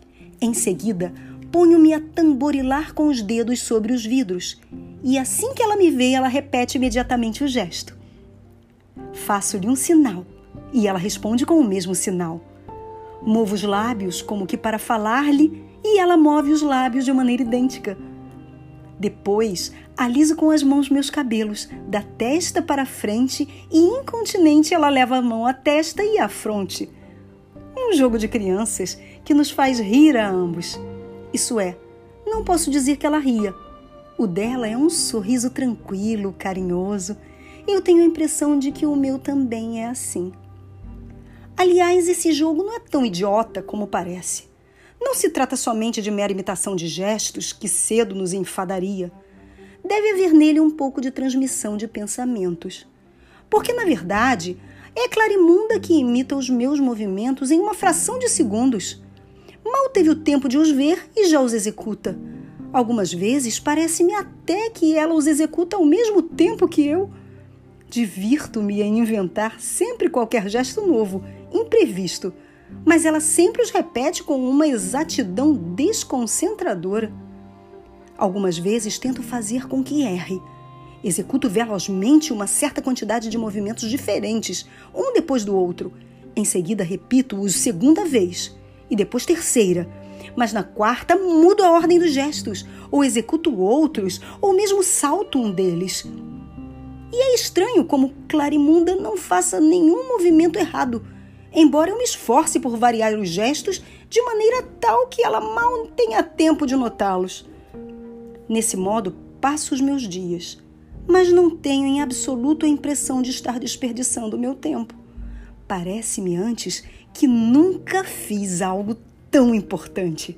Em seguida, ponho-me a tamborilar com os dedos sobre os vidros, e assim que ela me vê, ela repete imediatamente o gesto. Faço-lhe um sinal, e ela responde com o mesmo sinal. Movo os lábios como que para falar-lhe, e ela move os lábios de maneira idêntica. Depois, aliso com as mãos meus cabelos, da testa para a frente, e incontinente ela leva a mão à testa e à fronte. Um jogo de crianças que nos faz rir a ambos. Isso é, não posso dizer que ela ria. O dela é um sorriso tranquilo, carinhoso, e eu tenho a impressão de que o meu também é assim. Aliás, esse jogo não é tão idiota como parece. Não se trata somente de mera imitação de gestos que cedo nos enfadaria. Deve haver nele um pouco de transmissão de pensamentos. Porque, na verdade, é Clarimunda que imita os meus movimentos em uma fração de segundos. Mal teve o tempo de os ver e já os executa. Algumas vezes parece-me até que ela os executa ao mesmo tempo que eu. Divirto-me em inventar sempre qualquer gesto novo, imprevisto, mas ela sempre os repete com uma exatidão desconcentradora. Algumas vezes tento fazer com que erre. Executo velozmente uma certa quantidade de movimentos diferentes, um depois do outro. Em seguida repito-os segunda vez e depois terceira, mas na quarta mudo a ordem dos gestos, ou executo outros, ou mesmo salto um deles. E é estranho como Clarimunda não faça nenhum movimento errado, embora eu me esforce por variar os gestos de maneira tal que ela mal tenha tempo de notá-los. Nesse modo, passo os meus dias, mas não tenho em absoluto a impressão de estar desperdiçando o meu tempo. Parece-me antes que nunca fiz algo tão importante.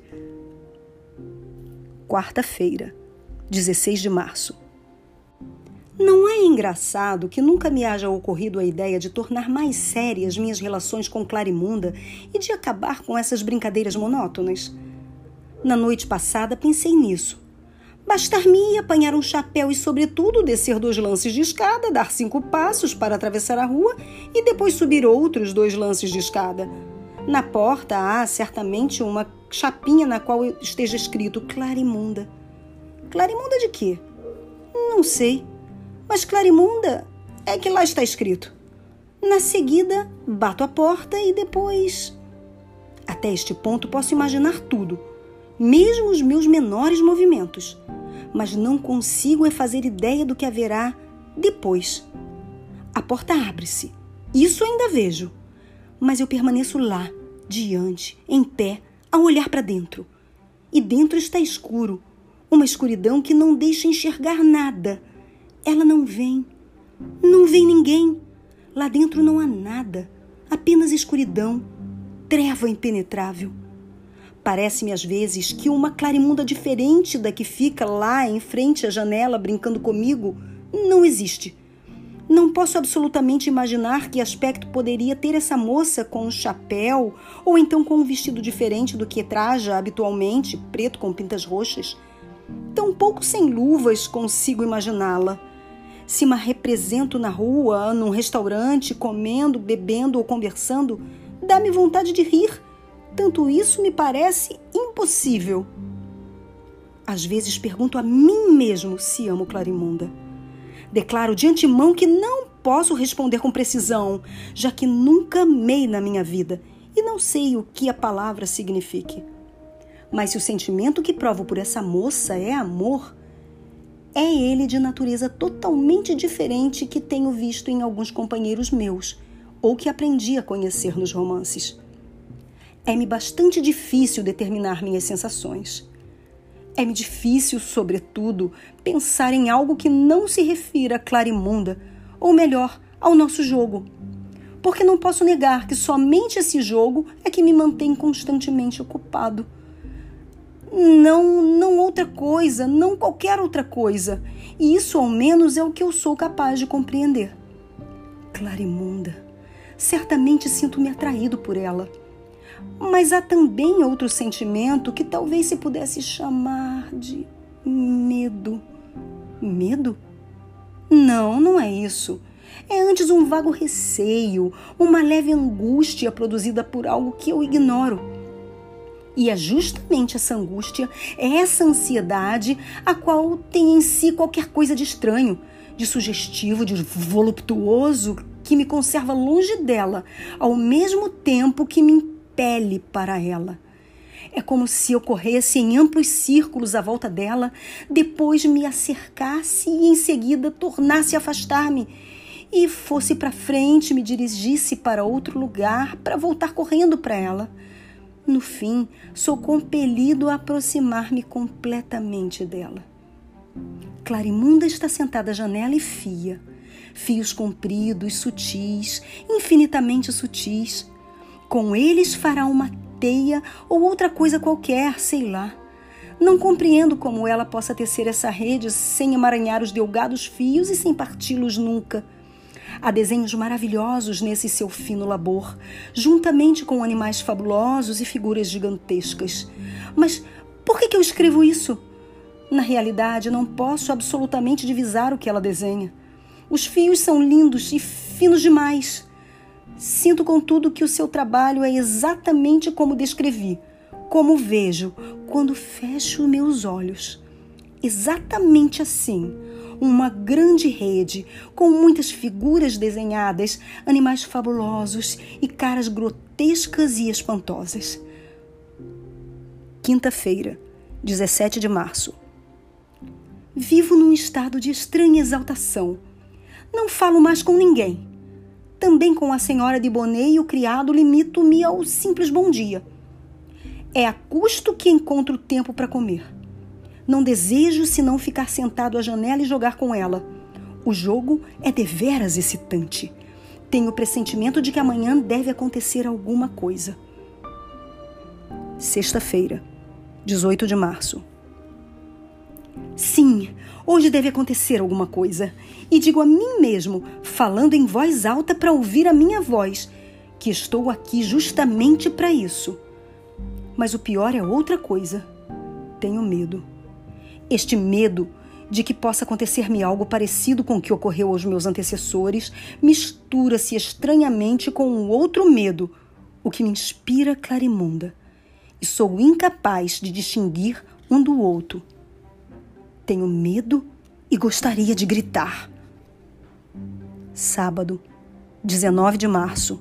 Quarta-feira, dezesseis de março. Não é engraçado que nunca me haja ocorrido a ideia de tornar mais sérias minhas relações com Clarimunda e de acabar com essas brincadeiras monótonas? Na noite passada pensei nisso. Bastar-me apanhar um chapéu e, sobretudo, descer dois lances de escada, dar cinco passos para atravessar a rua e depois subir outros dois lances de escada. Na porta há certamente uma chapinha na qual esteja escrito Clarimunda. Clarimunda de quê? Não sei. Mas Clarimunda é que lá está escrito. Na seguida, bato a porta e depois... Até este ponto posso imaginar tudo, mesmo os meus menores movimentos, mas não consigo é fazer ideia do que haverá depois. A porta abre-se, isso ainda vejo, mas eu permaneço lá, diante, em pé, a olhar para dentro. E dentro está escuro, uma escuridão que não deixa enxergar nada. Ela não vem, não vem ninguém. Lá dentro não há nada, apenas escuridão, treva impenetrável. Parece-me às vezes que uma Clarimunda diferente da que fica lá em frente à janela brincando comigo não existe. Não posso absolutamente imaginar que aspecto poderia ter essa moça com um chapéu ou então com um vestido diferente do que traja habitualmente, preto com pintas roxas. Tampouco sem luvas consigo imaginá-la. Se me represento na rua, num restaurante, comendo, bebendo ou conversando, dá-me vontade de rir. Tanto isso me parece impossível. Às vezes pergunto a mim mesmo se amo Clarimunda. Declaro de antemão que não posso responder com precisão, já que nunca amei na minha vida e não sei o que a palavra signifique. Mas se o sentimento que provo por essa moça é amor, é ele de natureza totalmente diferente que tenho visto em alguns companheiros meus, ou que aprendi a conhecer nos romances. É-me bastante difícil determinar minhas sensações. É-me difícil, sobretudo, pensar em algo que não se refira a Clarimunda, ou melhor, ao nosso jogo. Porque não posso negar que somente esse jogo é que me mantém constantemente ocupado. Não, não outra coisa, não qualquer outra coisa. E isso, ao menos, é o que eu sou capaz de compreender. Clarimunda. Certamente sinto-me atraído por ela. Mas há também outro sentimento que talvez se pudesse chamar de medo. Medo? Não, não é isso. É antes um vago receio, uma leve angústia produzida por algo que eu ignoro. E é justamente essa angústia, essa ansiedade, a qual tem em si qualquer coisa de estranho, de sugestivo, de voluptuoso, que me conserva longe dela, ao mesmo tempo que me impele para ela. É como se eu corresse em amplos círculos à volta dela, depois me acercasse e em seguida tornasse a afastar-me, e fosse para frente, me dirigisse para outro lugar para voltar correndo para ela. No fim, sou compelido a aproximar-me completamente dela. Clarimunda está sentada à janela e fia. Fios compridos, sutis, infinitamente sutis. Com eles fará uma teia ou outra coisa qualquer, sei lá. Não compreendo como ela possa tecer essa rede sem emaranhar os delgados fios e sem parti-los nunca. Há desenhos maravilhosos nesse seu fino labor, juntamente com animais fabulosos e figuras gigantescas. Mas por que que eu escrevo isso? Na realidade, não posso absolutamente divisar o que ela desenha. Os fios são lindos e finos demais. Sinto, contudo, que o seu trabalho é exatamente como descrevi, como vejo quando fecho meus olhos. Exatamente assim. Uma grande rede, com muitas figuras desenhadas, animais fabulosos e caras grotescas e espantosas. Quinta-feira, dezessete de março. Vivo num estado de estranha exaltação. Não falo mais com ninguém. Também com a senhora de Bonet e o criado limito-me ao simples bom dia. É a custo que encontro tempo para comer. Não desejo senão ficar sentado à janela e jogar com ela. O jogo é deveras excitante. Tenho o pressentimento de que amanhã deve acontecer alguma coisa. Sexta-feira, dezoito de março. Sim, hoje deve acontecer alguma coisa. E digo a mim mesmo, falando em voz alta para ouvir a minha voz, que estou aqui justamente para isso. Mas o pior é outra coisa. Tenho medo. Este medo de que possa acontecer-me algo parecido com o que ocorreu aos meus antecessores mistura-se estranhamente com um outro medo, o que me inspira Clarimunda, e sou incapaz de distinguir um do outro. Tenho medo e gostaria de gritar. Sábado, dezenove de março.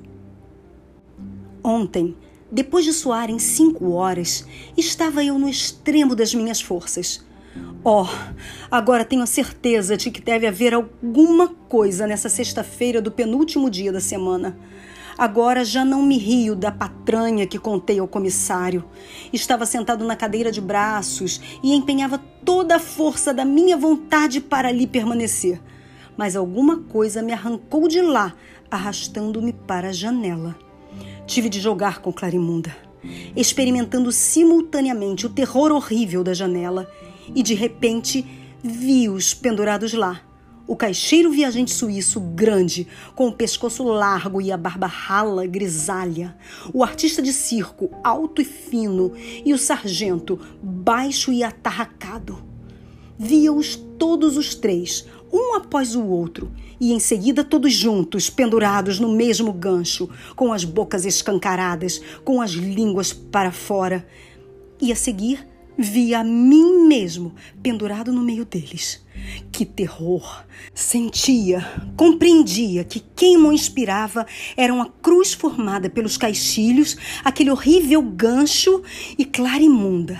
Ontem, depois de soarem cinco horas, estava eu no extremo das minhas forças. Oh, agora tenho a certeza de que deve haver alguma coisa nessa sexta-feira do penúltimo dia da semana. Agora já não me rio da patranha que contei ao comissário. Estava sentado na cadeira de braços e empenhava toda a força da minha vontade para ali permanecer. Mas alguma coisa me arrancou de lá, arrastando-me para a janela. Tive de jogar com Clarimunda, experimentando simultaneamente o terror horrível da janela. E de repente vi-os pendurados lá. O caixeiro viajante suíço grande, com o pescoço largo e a barba rala grisalha. O artista de circo alto e fino. E o sargento baixo e atarracado. Via-os todos os três, um após o outro. E em seguida todos juntos, pendurados no mesmo gancho, com as bocas escancaradas, com as línguas para fora. E a seguir vi a mim mesmo pendurado no meio deles. Que terror! Sentia, compreendia que quem me inspirava era uma cruz formada pelos caixilhos, aquele horrível gancho e Clarimunda.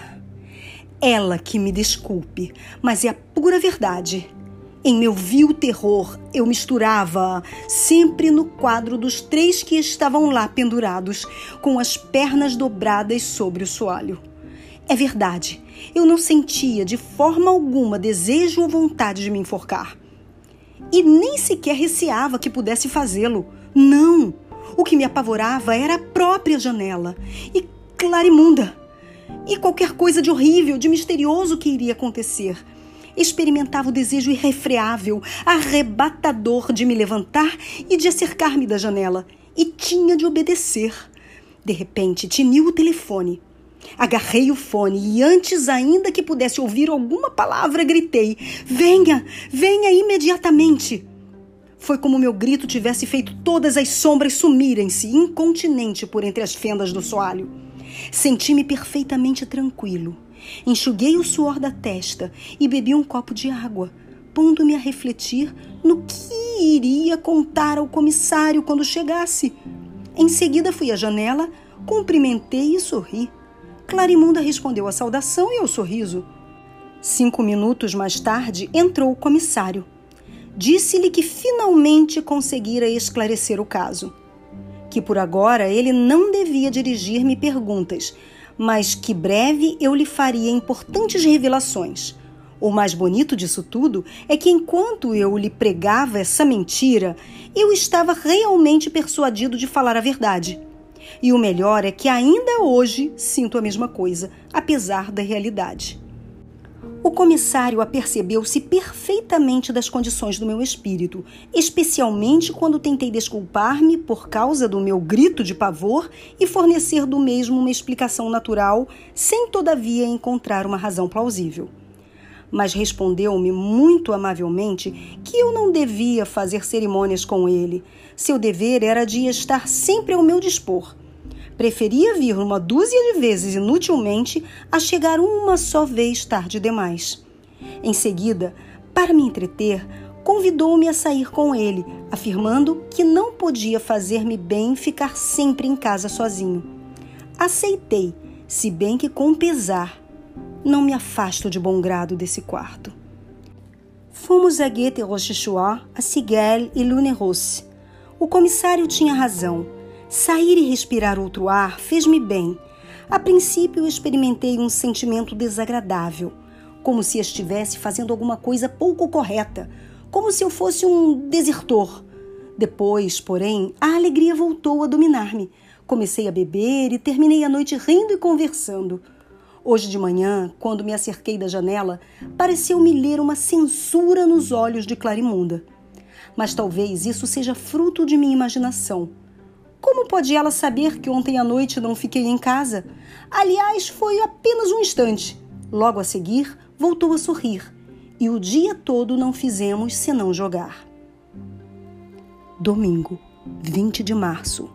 Ela que me desculpe, mas é a pura verdade. Em meu vil terror, eu misturava sempre no quadro dos três que estavam lá pendurados, com as pernas dobradas sobre o soalho. É verdade, eu não sentia de forma alguma desejo ou vontade de me enforcar. E nem sequer receava que pudesse fazê-lo. Não! O que me apavorava era a própria janela. E Clarimunda. E qualquer coisa de horrível, de misterioso que iria acontecer. Experimentava o desejo irrefreável, arrebatador de me levantar e de acercar-me da janela. E tinha de obedecer. De repente, tiniu o telefone. Agarrei o fone e antes ainda que pudesse ouvir alguma palavra, gritei: venha, venha imediatamente. Foi como meu grito tivesse feito todas as sombras sumirem-se, incontinente por entre as fendas do soalho. Senti-me perfeitamente tranquilo. Enxuguei o suor da testa e bebi um copo de água, pondo-me a refletir no que iria contar ao comissário quando chegasse. Em seguida fui à janela, cumprimentei e sorri. Clarimunda respondeu à saudação e ao sorriso. Cinco minutos mais tarde entrou o comissário. Disse-lhe que finalmente conseguira esclarecer o caso. Que por agora ele não devia dirigir-me perguntas, mas que breve eu lhe faria importantes revelações. O mais bonito disso tudo é que enquanto eu lhe pregava essa mentira, eu estava realmente persuadido de falar a verdade. E o melhor é que ainda hoje sinto a mesma coisa, apesar da realidade. O comissário apercebeu-se perfeitamente das condições do meu espírito, especialmente quando tentei desculpar-me por causa do meu grito de pavor e fornecer do mesmo uma explicação natural, sem todavia encontrar uma razão plausível. Mas respondeu-me muito amavelmente que eu não devia fazer cerimônias com ele. Seu dever era de estar sempre ao meu dispor. Preferia vir uma dúzia de vezes inutilmente a chegar uma só vez tarde demais. Em seguida, para me entreter, convidou-me a sair com ele, afirmando que não podia fazer-me bem ficar sempre em casa sozinho. Aceitei, se bem que com pesar. Não me afasto de bom grado desse quarto. Fomos a Guete Rochechouart, a Siguel e Lunerousse. O comissário tinha razão. Sair e respirar outro ar fez-me bem. A princípio, experimentei um sentimento desagradável, como se estivesse fazendo alguma coisa pouco correta, como se eu fosse um desertor. Depois, porém, a alegria voltou a dominar-me. Comecei a beber e terminei a noite rindo e conversando. Hoje de manhã, quando me acerquei da janela, pareceu-me ler uma censura nos olhos de Clarimunda. Mas talvez isso seja fruto de minha imaginação. Como pode ela saber que ontem à noite não fiquei em casa? Aliás, foi apenas um instante. Logo a seguir, voltou a sorrir. E o dia todo não fizemos senão jogar. Domingo, vinte de março.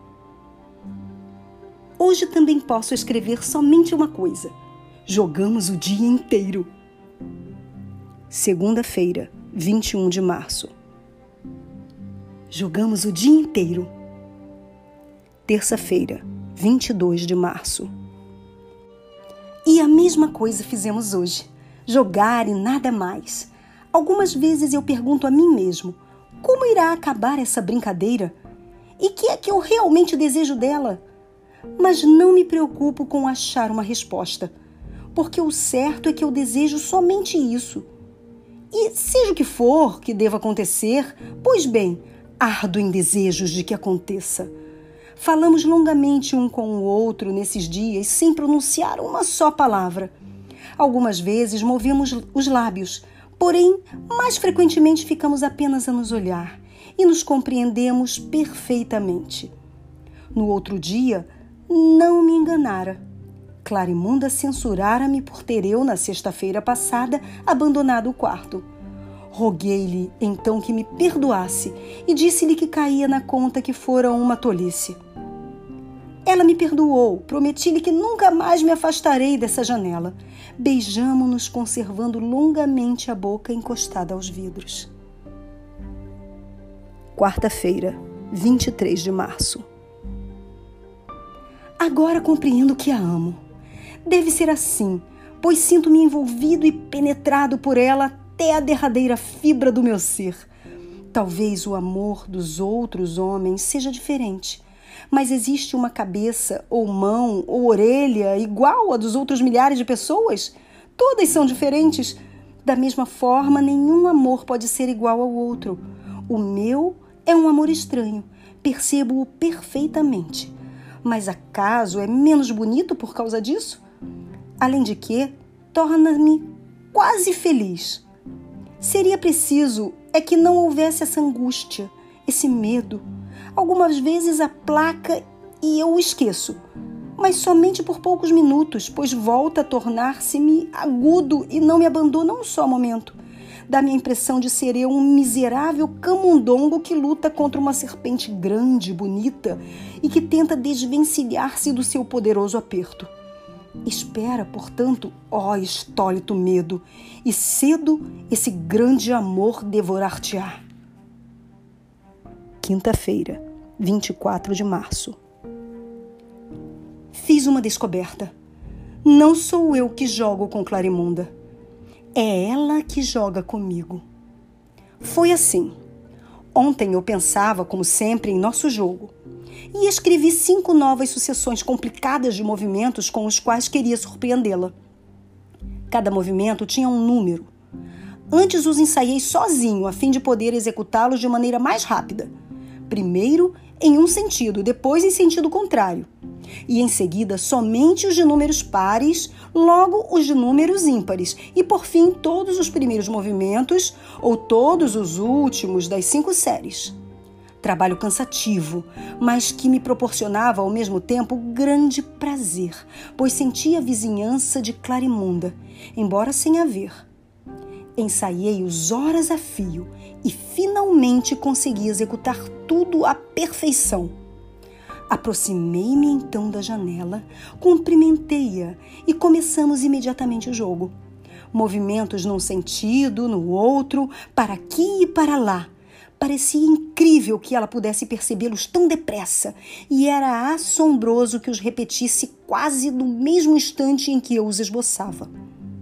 Hoje também posso escrever somente uma coisa. Jogamos o dia inteiro. Segunda-feira, vinte e um de março. Jogamos o dia inteiro. Terça-feira, vinte e dois de março. E a mesma coisa fizemos hoje. Jogar e nada mais. Algumas vezes eu pergunto a mim mesmo, como irá acabar essa brincadeira? E que é que eu realmente desejo dela? Mas não me preocupo com achar uma resposta, porque o certo é que eu desejo somente isso. E seja o que for que deva acontecer, pois bem, ardo em desejos de que aconteça. Falamos longamente um com o outro nesses dias sem pronunciar uma só palavra. Algumas vezes movemos os lábios, porém, mais frequentemente ficamos apenas a nos olhar e nos compreendemos perfeitamente. No outro dia, não me enganara. Clarimunda censurara-me por ter eu, na sexta-feira passada, abandonado o quarto. Roguei-lhe então que me perdoasse e disse-lhe que caía na conta que fora uma tolice. Ela me perdoou, prometi-lhe que nunca mais me afastarei dessa janela. Beijamo-nos conservando longamente a boca encostada aos vidros. Quarta-feira, vinte e três de março. Agora compreendo que a amo. Deve ser assim, pois sinto-me envolvido e penetrado por ela até a derradeira fibra do meu ser. Talvez o amor dos outros homens seja diferente, mas existe uma cabeça, ou mão, ou orelha igual a dos outros milhares de pessoas? Todas são diferentes. Da mesma forma, nenhum amor pode ser igual ao outro. O meu é um amor estranho, percebo-o perfeitamente. Mas acaso é menos bonito por causa disso? Além de que, torna-me quase feliz. Seria preciso é que não houvesse essa angústia, esse medo. Algumas vezes aplaca e eu o esqueço, mas somente por poucos minutos, pois volta a tornar-se-me agudo e não me abandona um só momento. Dá-me a impressão de ser eu um miserável camundongo que luta contra uma serpente grande, bonita, e que tenta desvencilhar-se do seu poderoso aperto. Espera, portanto, ó estólito medo, e cedo esse grande amor devorar-te-á. Quinta-feira, vinte e quatro de março. Fiz uma descoberta. Não sou eu que jogo com Clarimunda. É ela que joga comigo. Foi assim. Ontem eu pensava, como sempre, em nosso jogo. E escrevi cinco novas sucessões complicadas de movimentos com os quais queria surpreendê-la. Cada movimento tinha um número. Antes os ensaiei sozinho, a fim de poder executá-los de maneira mais rápida. Primeiro em um sentido, depois em sentido contrário. E em seguida somente os de números pares, logo os de números ímpares e por fim todos os primeiros movimentos ou todos os últimos das cinco séries. Trabalho cansativo, mas que me proporcionava ao mesmo tempo grande prazer, pois sentia a vizinhança de Clarimunda, embora sem a ver. Ensaiei-os horas a fio e finalmente consegui executar tudo à perfeição. Aproximei-me então da janela, cumprimentei-a e começamos imediatamente o jogo. Movimentos num sentido, no outro, para aqui e para lá. Parecia incrível que ela pudesse percebê-los tão depressa e era assombroso que os repetisse quase no mesmo instante em que eu os esboçava.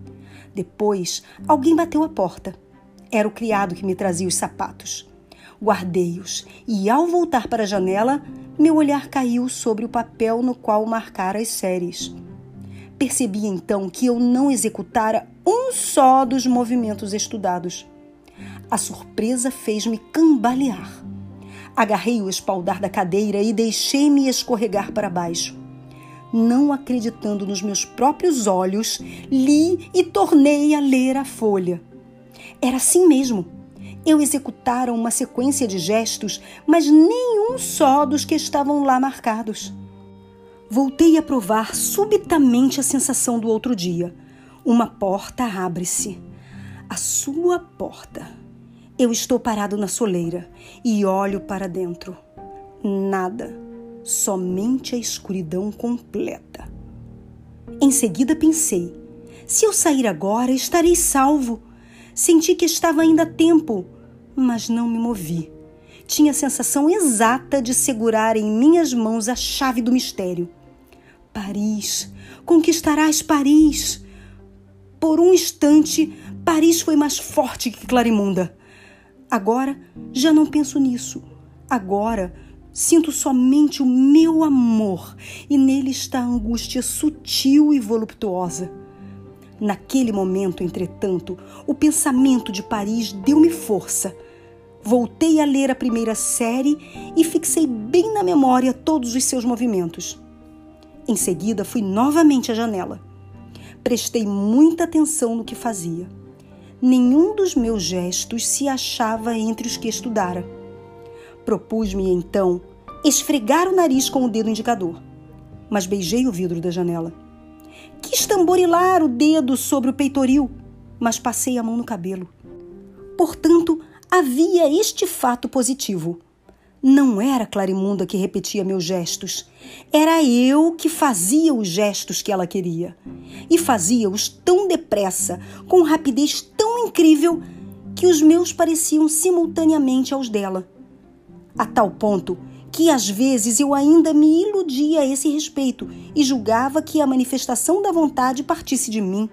Depois, alguém bateu à porta. Era o criado que me trazia os sapatos. Guardei-os e, ao voltar para a janela, meu olhar caiu sobre o papel no qual marcara as séries. Percebi então que eu não executara um só dos movimentos estudados. A surpresa fez-me cambalear. Agarrei o espaldar da cadeira e deixei-me escorregar para baixo. Não acreditando nos meus próprios olhos, li e tornei a ler a folha. Era assim mesmo. Eu executara uma sequência de gestos, mas nenhum só dos que estavam lá marcados. Voltei a provar subitamente a sensação do outro dia. Uma porta abre-se. A sua porta. Eu estou parado na soleira e olho para dentro. Nada. Somente a escuridão completa. Em seguida pensei, se eu sair agora, estarei salvo. Senti que estava ainda a tempo, mas não me movi. Tinha a sensação exata de segurar em minhas mãos a chave do mistério. Paris, conquistarás Paris. Por um instante, Paris foi mais forte que Clarimunda. Agora, já não penso nisso. Agora, sinto somente o meu amor e nele está a angústia sutil e voluptuosa. Naquele momento, entretanto, o pensamento de Paris deu-me força. Voltei a ler a primeira série e fixei bem na memória todos os seus movimentos. Em seguida, fui novamente à janela. Prestei muita atenção no que fazia. Nenhum dos meus gestos se achava entre os que estudara. Propus-me, então, esfregar o nariz com o dedo indicador, mas beijei o vidro da janela. Quis tamborilar o dedo sobre o peitoril, mas passei a mão no cabelo. Portanto, havia este fato positivo. Não era Clarimunda que repetia meus gestos. Era eu que fazia os gestos que ela queria. E fazia-os tão depressa, com rapidez tão incrível, que os meus pareciam simultaneamente aos dela. A tal ponto que às vezes eu ainda me iludia a esse respeito e julgava que a manifestação da vontade partisse de mim.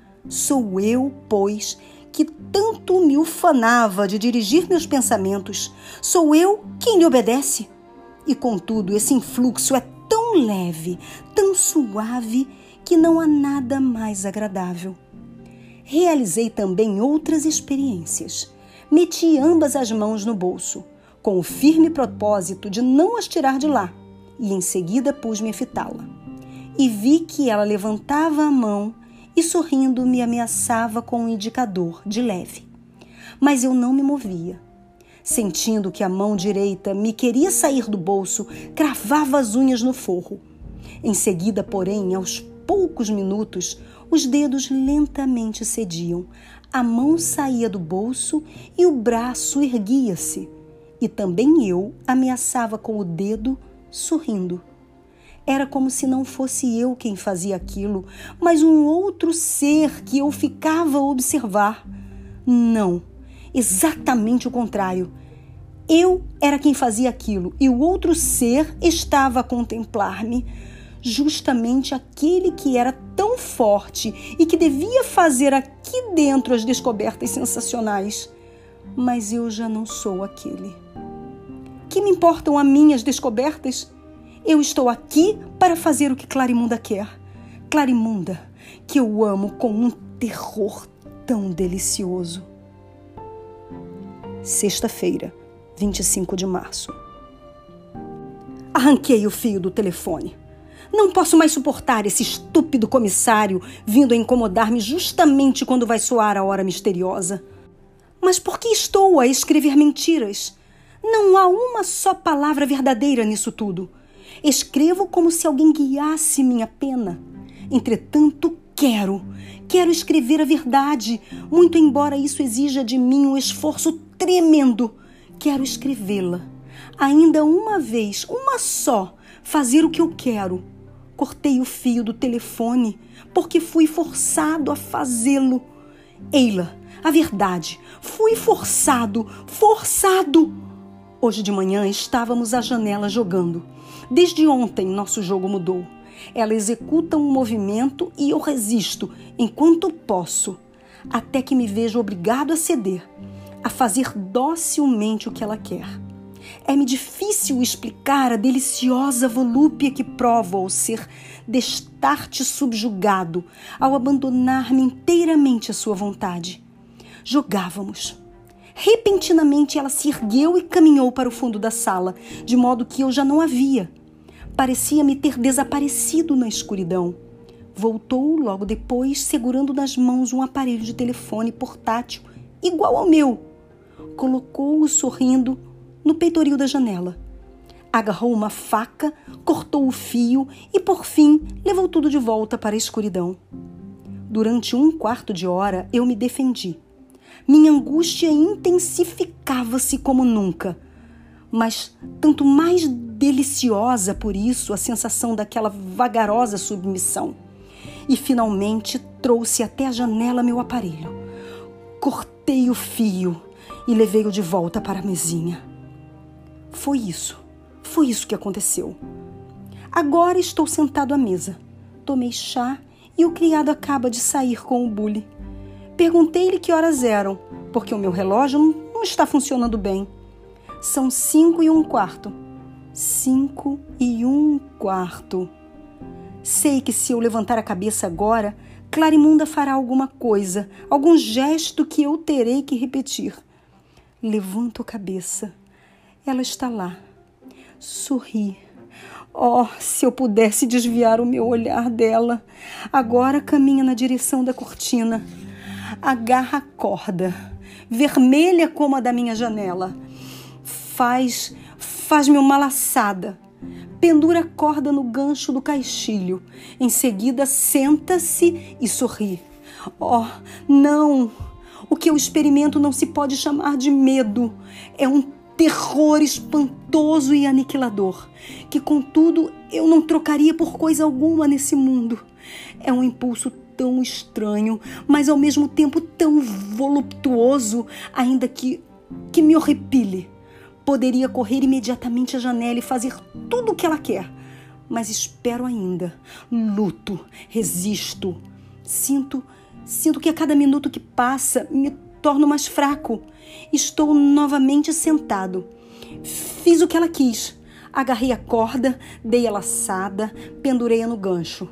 Sou eu, pois, que tanto me ufanava de dirigir meus pensamentos. Sou eu quem lhe obedece. E, contudo, esse influxo é tão leve, tão suave, que não há nada mais agradável. Realizei também outras experiências. Meti ambas as mãos no bolso, com o firme propósito de não as tirar de lá, e em seguida pus-me a fitá-la. E vi que ela levantava a mão e, sorrindo, me ameaçava com o indicador, de leve. Mas eu não me movia. Sentindo que a mão direita me queria sair do bolso, cravava as unhas no forro. Em seguida, porém, aos poucos minutos, os dedos lentamente cediam, a mão saía do bolso e o braço erguia-se. E também eu ameaçava com o dedo, sorrindo. Era como se não fosse eu quem fazia aquilo, mas um outro ser que eu ficava a observar. Não, exatamente o contrário. Eu era quem fazia aquilo e o outro ser estava a contemplar-me. Justamente aquele que era tão forte e que devia fazer aqui dentro as descobertas sensacionais. Mas eu já não sou aquele. Que me importam a mim as descobertas? Eu estou aqui para fazer o que Clarimunda quer. Clarimunda, que eu amo com um terror tão delicioso. Sexta-feira, vinte e cinco de março. Arranquei o fio do telefone. Não posso mais suportar esse estúpido comissário vindo a incomodar-me justamente quando vai soar a hora misteriosa. Mas por que estou a escrever mentiras? Não há uma só palavra verdadeira nisso tudo. Escrevo como se alguém guiasse minha pena. Entretanto, quero. Quero escrever a verdade, muito embora isso exija de mim um esforço tremendo. Quero escrevê-la. Ainda uma vez, uma só, fazer o que eu quero. Cortei o fio do telefone porque fui forçado a fazê-lo. Ei-la, a verdade. Fui forçado, forçado. Hoje de manhã estávamos à janela jogando. Desde ontem nosso jogo mudou. Ela executa um movimento e eu resisto enquanto posso, até que me vejo obrigado a ceder, a fazer docilmente o que ela quer. É-me difícil explicar a deliciosa volúpia que provo ao ser destarte subjugado, ao abandonar-me inteiramente à sua vontade. Jogávamos. Repentinamente ela se ergueu e caminhou para o fundo da sala, de modo que eu já não a via. Parecia-me ter desaparecido na escuridão. Voltou logo depois, segurando nas mãos um aparelho de telefone portátil igual ao meu. Colocou-o sorrindo no peitoril da janela. Agarrou uma faca, cortou o fio e, por fim, levou tudo de volta para a escuridão. Durante um quarto de hora, eu me defendi. Minha angústia intensificava-se como nunca. Mas tanto mais deliciosa por isso a sensação daquela vagarosa submissão. E finalmente trouxe até a janela meu aparelho. Cortei o fio e levei-o de volta para a mesinha. Foi isso, foi isso que aconteceu. Agora estou sentado à mesa. Tomei chá e o criado acaba de sair com o bule. Perguntei-lhe que horas eram, porque o meu relógio não, não está funcionando bem. São cinco e um quarto. Cinco e um quarto. Sei que se eu levantar a cabeça agora, Clarimunda fará alguma coisa, algum gesto que eu terei que repetir. Levanto a cabeça. Ela está lá. Sorri. Oh, se eu pudesse desviar o meu olhar dela. Agora caminha na direção da cortina. Agarra a corda, vermelha como a da minha janela. Faz, faz-me uma laçada. Pendura a corda no gancho do caixilho. Em seguida, senta-se e sorri. Oh, não! O que eu experimento não se pode chamar de medo. É um terror espantoso e aniquilador, que, contudo, eu não trocaria por coisa alguma nesse mundo. É um impulso tão estranho, mas ao mesmo tempo tão voluptuoso, ainda que, que me horripile. Poderia correr imediatamente à janela e fazer tudo o que ela quer, mas espero ainda, luto, resisto. Sinto, sinto que a cada minuto que passa me torno mais fraco. Estou novamente sentado. Fiz o que ela quis. Agarrei a corda, dei a laçada, pendurei-a no gancho.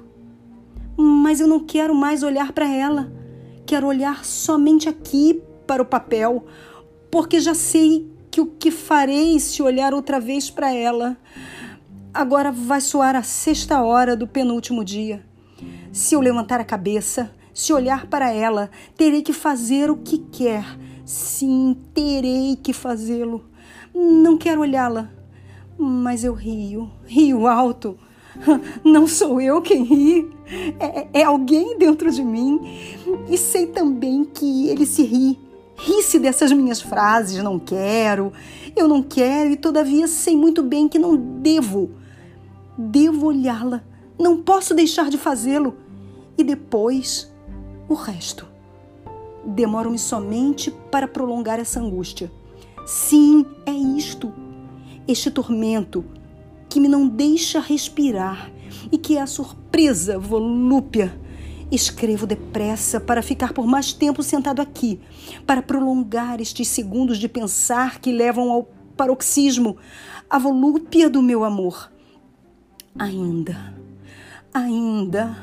Mas eu não quero mais olhar para ela. Quero olhar somente aqui para o papel, porque já sei que o que farei se olhar outra vez para ela. Agora vai soar a sexta hora do penúltimo dia. Se eu levantar a cabeça, se olhar para ela, terei que fazer o que quer. Sim, terei que fazê-lo. Não quero olhá-la, mas eu rio, rio alto. Não sou eu quem ri, é, é alguém dentro de mim. E sei também que ele se ri. Ri-se dessas minhas frases, não quero, eu não quero, e todavia sei muito bem que não devo. Devo olhá-la. Não posso deixar de fazê-lo. E depois, o resto. Demoro-me somente para prolongar essa angústia. Sim, é isto. Este tormento que me não deixa respirar e que é a surpresa volúpia. Escrevo depressa para ficar por mais tempo sentado aqui, para prolongar estes segundos de pensar que levam ao paroxismo, a volúpia do meu amor. Ainda, ainda.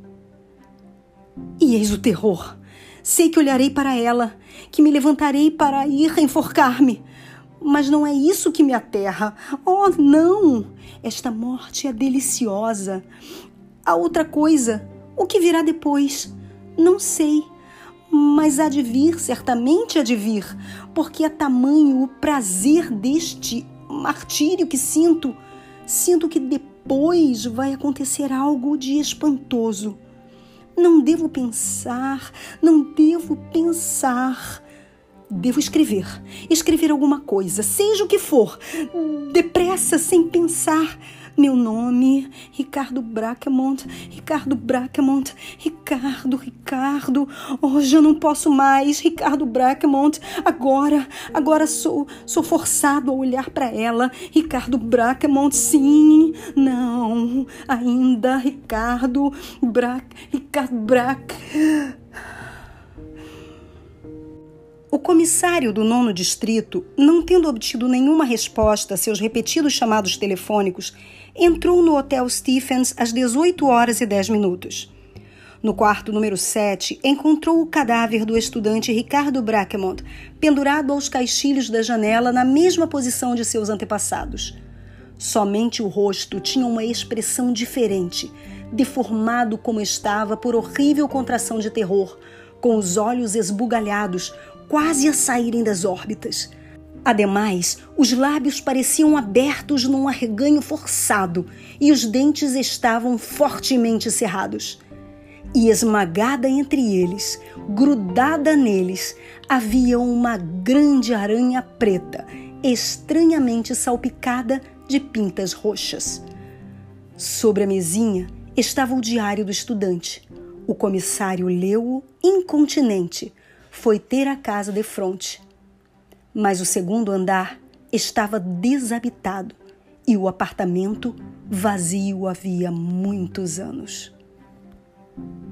E eis o terror. Sei que olharei para ela, que me levantarei para ir enforcar-me. Mas não é isso que me aterra. Oh, não! Esta morte é deliciosa. A outra coisa, o que virá depois? Não sei. Mas há de vir, certamente há de vir, porque é tamanho o prazer deste martírio que sinto. Sinto que depois vai acontecer algo de espantoso. Não devo pensar, não devo pensar. Devo escrever, escrever alguma coisa, seja o que for, depressa, sem pensar. Meu nome, Ricardo Braquemont, Ricardo Braquemont, Ricardo, Ricardo. Hoje eu não posso mais, Ricardo Braquemont. Agora, agora sou, sou forçado a olhar para ela. Ricardo Braquemont, sim, não, ainda, Ricardo Brac, Ricardo Brac. O comissário do nono distrito, não tendo obtido nenhuma resposta a seus repetidos chamados telefônicos, entrou no Hotel Stephens às dezoito horas e dez minutos. No quarto número sete, encontrou o cadáver do estudante Ricardo Braquemont, pendurado aos caixilhos da janela na mesma posição de seus antepassados. Somente o rosto tinha uma expressão diferente, deformado como estava por horrível contração de terror, com os olhos esbugalhados, quase a saírem das órbitas. Ademais, os lábios pareciam abertos num arreganho forçado e os dentes estavam fortemente cerrados. E esmagada entre eles, grudada neles, havia uma grande aranha preta, estranhamente salpicada de pintas roxas. Sobre a mesinha estava o diário do estudante. O comissário leu-o incontinente. Foi ter a casa de fronte. Mas o segundo andar estava desabitado e o apartamento vazio havia muitos anos.